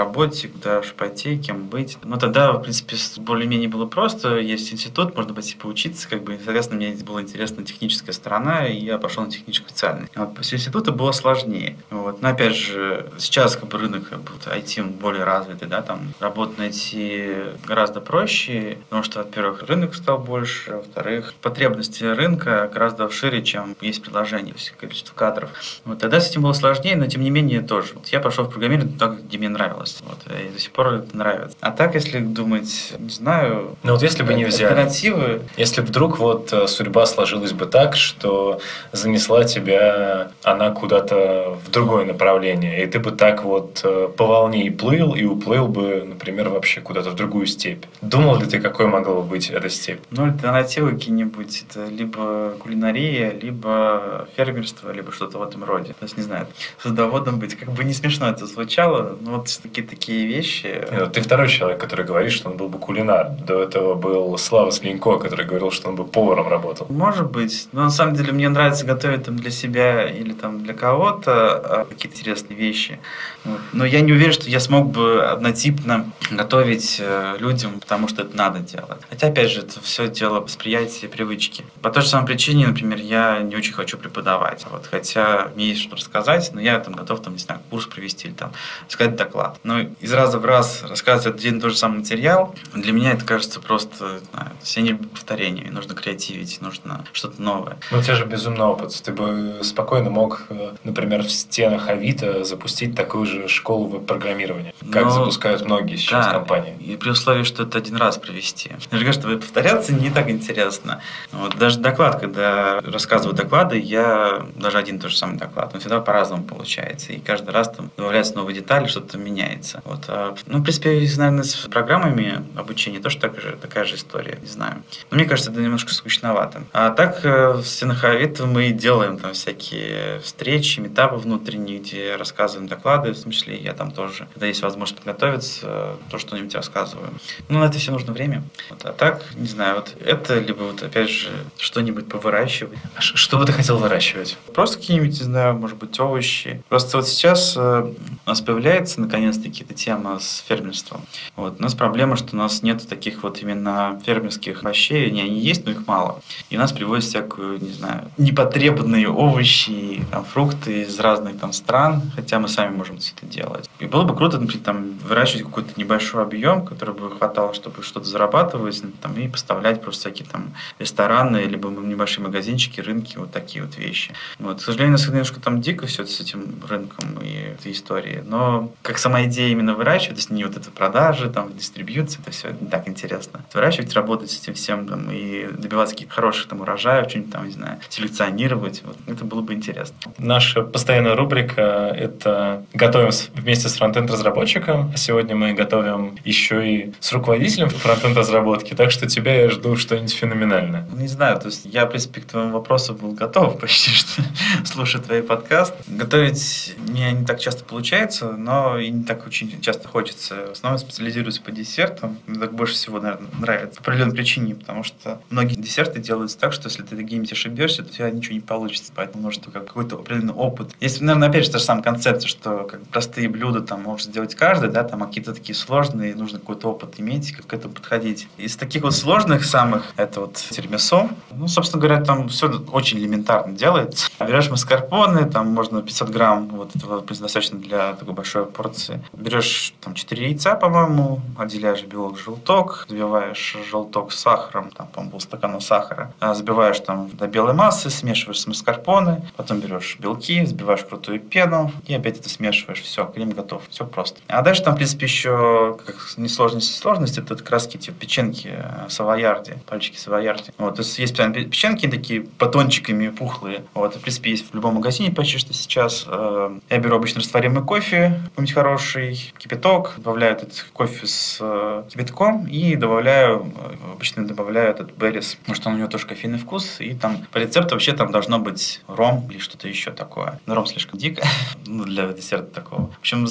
работе, куда уж пойти, кем быть. Ну, тогда, в принципе, более-менее было просто. Есть институт, можно пойти поучиться, как бы, соответственно, мне была интересна техническая сторона, и я пошел на техническую специальность. Вот после института было сложнее. Вот. Но, опять же, сейчас как бы рынок как бы, ай ти более развитый, да, там работу найти гораздо проще, потому что, во-первых, рынок стал больше, во-вторых, потребности рынка гораздо шире, чем есть предложение, то есть количество кадров. Вот. Тогда с этим было сложнее, но, тем не менее, тоже. Вот я пошел в программирование туда, где мне нравилось. Вот. И до сих пор это нравится. А так, если думать, не знаю... Ну вот если бы не взяли. Альтернативы... Если вдруг вот судьба сложилась бы так, что занесла тебя она куда-то в другое направление, и ты бы так вот по волне и плыл, и уплыл бы, например, вообще куда-то в другую степь. Думал ли ты, какой могла бы быть эта степь? Ну, альтернативы какие-нибудь, это либо кулинария, либо фермерство, либо что-то в этом роде. То есть, не знаю, садоводом быть. Как бы не смешно это звучало, но вот такие такие вещи. Нет, ты второй человек, который говорит, что он был бы кулинар. До этого был Слава Слинько, который говорил, что он бы поваром работал. Может быть. Но на самом деле мне нравится готовить там для себя или там для кого-то какие-то интересные вещи. Вот. Но я не уверен, что я смог бы однотипно готовить людям, потому что это надо делать. Хотя, опять же, это все дело восприятия, привычки. По той же самой причине, например, я не очень хочу преподавать. Вот. Хотя мне есть что рассказать, но я там готов, там, не знаю, курс провести или там сказать доклад. Но из раза в раз рассказывать один и тот же самый материал, для меня это кажется просто, не знаю, все не повторения. Нужно креативить, нужно что-то новое. Ну, у тебя же безумный опыт. Ты бы спокойно мог, например, в стенах Авито запустить такую же школу веб-программирования, как Но, запускают многие сейчас да, компании. И при условии, что это один раз провести. Я же говорю, что повторяться не так интересно. Вот, даже доклад, когда рассказываю доклады, я даже один и тот же самый доклад, он всегда по-разному получается. И каждый раз там добавляются новые детали, что-то меняется. Вот. А, ну, в принципе, наверное, с программами обучения тоже так же, такая же история, не знаю. Но мне кажется, это немножко скучновато. А так в стенах Авито мы делаем там всякие встречи, метапы внутренние, где рассказываем доклады, в том числе и я там тоже. Когда есть возможность подготовиться, то что-нибудь рассказываю. Ну, на это все нужно время. Вот. А так, не знаю, вот это, либо вот опять же что-нибудь повыращивать. А что бы ты хотел выращивать? Просто какие-нибудь, не знаю, может быть, овощи. Просто вот сейчас э, у нас появляется наконец-таки эта тема с фермерством. Вот. У нас проблема, что у нас нет таких вот именно фермерских овощей. Не, они есть, но их мало. И у нас привозят всякую, не знаю, непотребные овощи, там, фрукты из разных там стран, хотя мы сами можем все это делать. И было бы круто, например, там, выращивать какой-то небольшой объем, который бы хватало, чтобы что-то зарабатывать, там, и поставлять просто всякие там рестораны, либо небольшие магазинчики, рынки, вот такие вот вещи. Вот. К сожалению, у нас немножко там дико все с этим рынком и этой историей, но как сама идея именно выращивать, то есть не вот это продажи, там, дистрибьюция, это все не так интересно. Выращивать, работать с этим всем там, и добиваться каких-то хороших там урожаев, что-нибудь там, не знаю, селекционировать, вот, это было бы интересно. Наша постоянная рубрика – это готовим вместе с фронтенд-разработчиком. Сегодня мы готовим еще и с руководителем фронтенд-разработки, так что тебя я жду что-нибудь феноменальное. Не знаю, то есть я, в принципе, к твоему вопросу был готов почти что слушать твой подкаст. Готовить мне не так часто получается, но и не так очень часто хочется. В основном специализируюсь по десертам. Мне так больше всего, наверное, нравится. По определенной причине, потому что многие десерты делаются так, что если ты где-нибудь ошибешься, то у тебя ничего не получится. Поэтому может какой-то определенный опыт. Есть, наверное, опять же, та же самая концепция, что как простые блюда там может сделать каждый, да, там, а какие-то такие сложные, нужно какой-то опыт иметь, как к этому подходить. Из таких вот сложных самых, это вот тирамису. Ну, собственно говоря, там все очень элементарно делается. Берешь маскарпоне, там можно пятьсот грамм, вот этого достаточно для такой большой порции. Берешь там четыре яйца, по-моему, отделяешь белок, желток, взбиваешь желток с сахаром, там, по-моему, полстакана сахара, забиваешь там до белой массы, смешиваешь с маскарпоне, потом берешь белки, взбиваешь в крутую пену и опять это смешиваешь. Все, крем готов. Все просто. А дальше там, в принципе, еще как несложность и сложность, это краски типа печеньки савоярди, пальчики савоярди. Вот, то есть есть прям печеньки такие батончиками пухлые. Вот, в принципе, есть в любом магазине почти что сейчас. Я беру обычно растворимый кофе, какой-нибудь хороший, кипяток, добавляю этот кофе с кипятком и добавляю, обычно добавляю этот беррис, потому что он у него тоже кофейный вкус, и там по рецепту вообще там должно быть ром или что-то еще такое. Но ром слишком дико, ну, для десерта такого. В общем,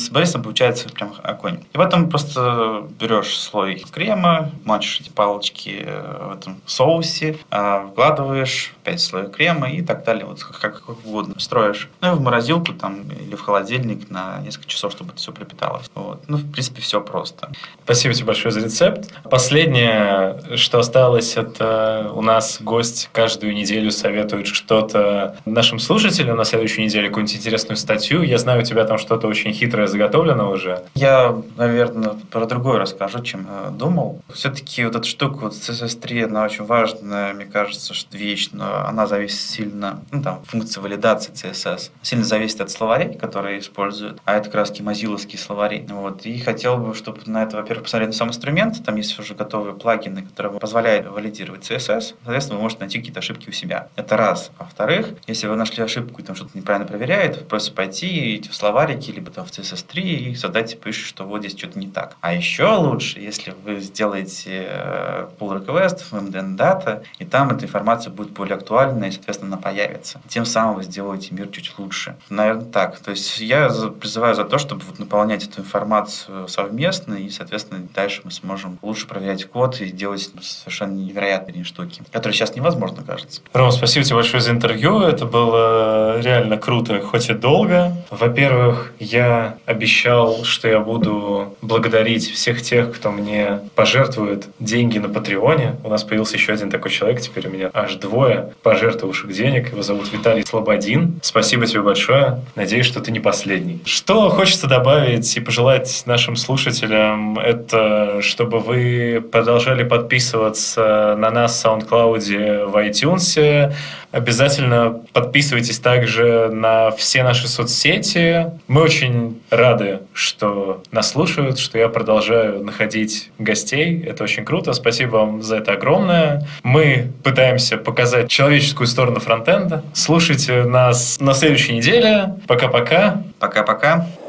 с Борисом получается прям огонь. И потом просто берешь слой крема, мочишь эти палочки в этом соусе, вкладываешь опять слой крема и так далее, вот как, как угодно строишь. Ну и в морозилку там или в холодильник на несколько часов, чтобы это все пропиталось. Вот. Ну, в принципе, все просто. Спасибо тебе большое за рецепт. Последнее, что осталось, это у нас гость каждую неделю советует что-то нашим слушателям на следующей неделе, какую-нибудь интересную статью. Я знаю, у тебя там что-то очень хитрое заготовлено уже. Я, наверное, про другое расскажу, чем э, думал. Все-таки вот эта штука вот си эс эс три, она очень важная, мне кажется, что вещь, но она зависит сильно, ну там, функция валидации си эс эс, сильно зависит от словарей, которые используют, а это как раз мозилловские словари. Вот. И хотел бы, чтобы на это, во-первых, посмотреть на сам инструмент, там есть уже готовые плагины, которые позволяют валидировать си эс эс, соответственно, вы можете найти какие-то ошибки у себя. Это раз. А во-вторых, если вы нашли ошибку и там что-то неправильно проверяет, просто пойти в словарики, либо там в си эс эс три и задать, и пишет, что вот здесь что-то не так. А еще лучше, если вы сделаете pull request в эм ди эн Data, и там эта информация будет более актуальна, и, соответственно, она появится. Тем самым вы сделаете мир чуть лучше. Наверное, так. То есть я призываю за то, чтобы вот наполнять эту информацию совместно, и, соответственно, дальше мы сможем лучше проверять код и делать совершенно невероятные штуки, которые сейчас невозможно, кажется. Ром, спасибо тебе большое за интервью. Это было реально круто, хоть и долго. Во-первых, я обещал, что я буду благодарить всех тех, кто мне пожертвует деньги на Патреоне. У нас появился еще один такой человек, теперь у меня аж двое пожертвовавших денег. Его зовут Виталий Слободин. Спасибо тебе большое. Надеюсь, что ты не последний. Что хочется добавить и пожелать нашим слушателям, это чтобы вы продолжали подписываться на нас в SoundCloud, в iTunes. Обязательно подписывайтесь также на все наши соцсети. Мы очень рады, что нас слушают, что я продолжаю находить гостей. Это очень круто. Спасибо вам за это огромное. Мы пытаемся показать человеческую сторону фронтенда. Слушайте нас на следующей неделе. Пока-пока. Пока-пока.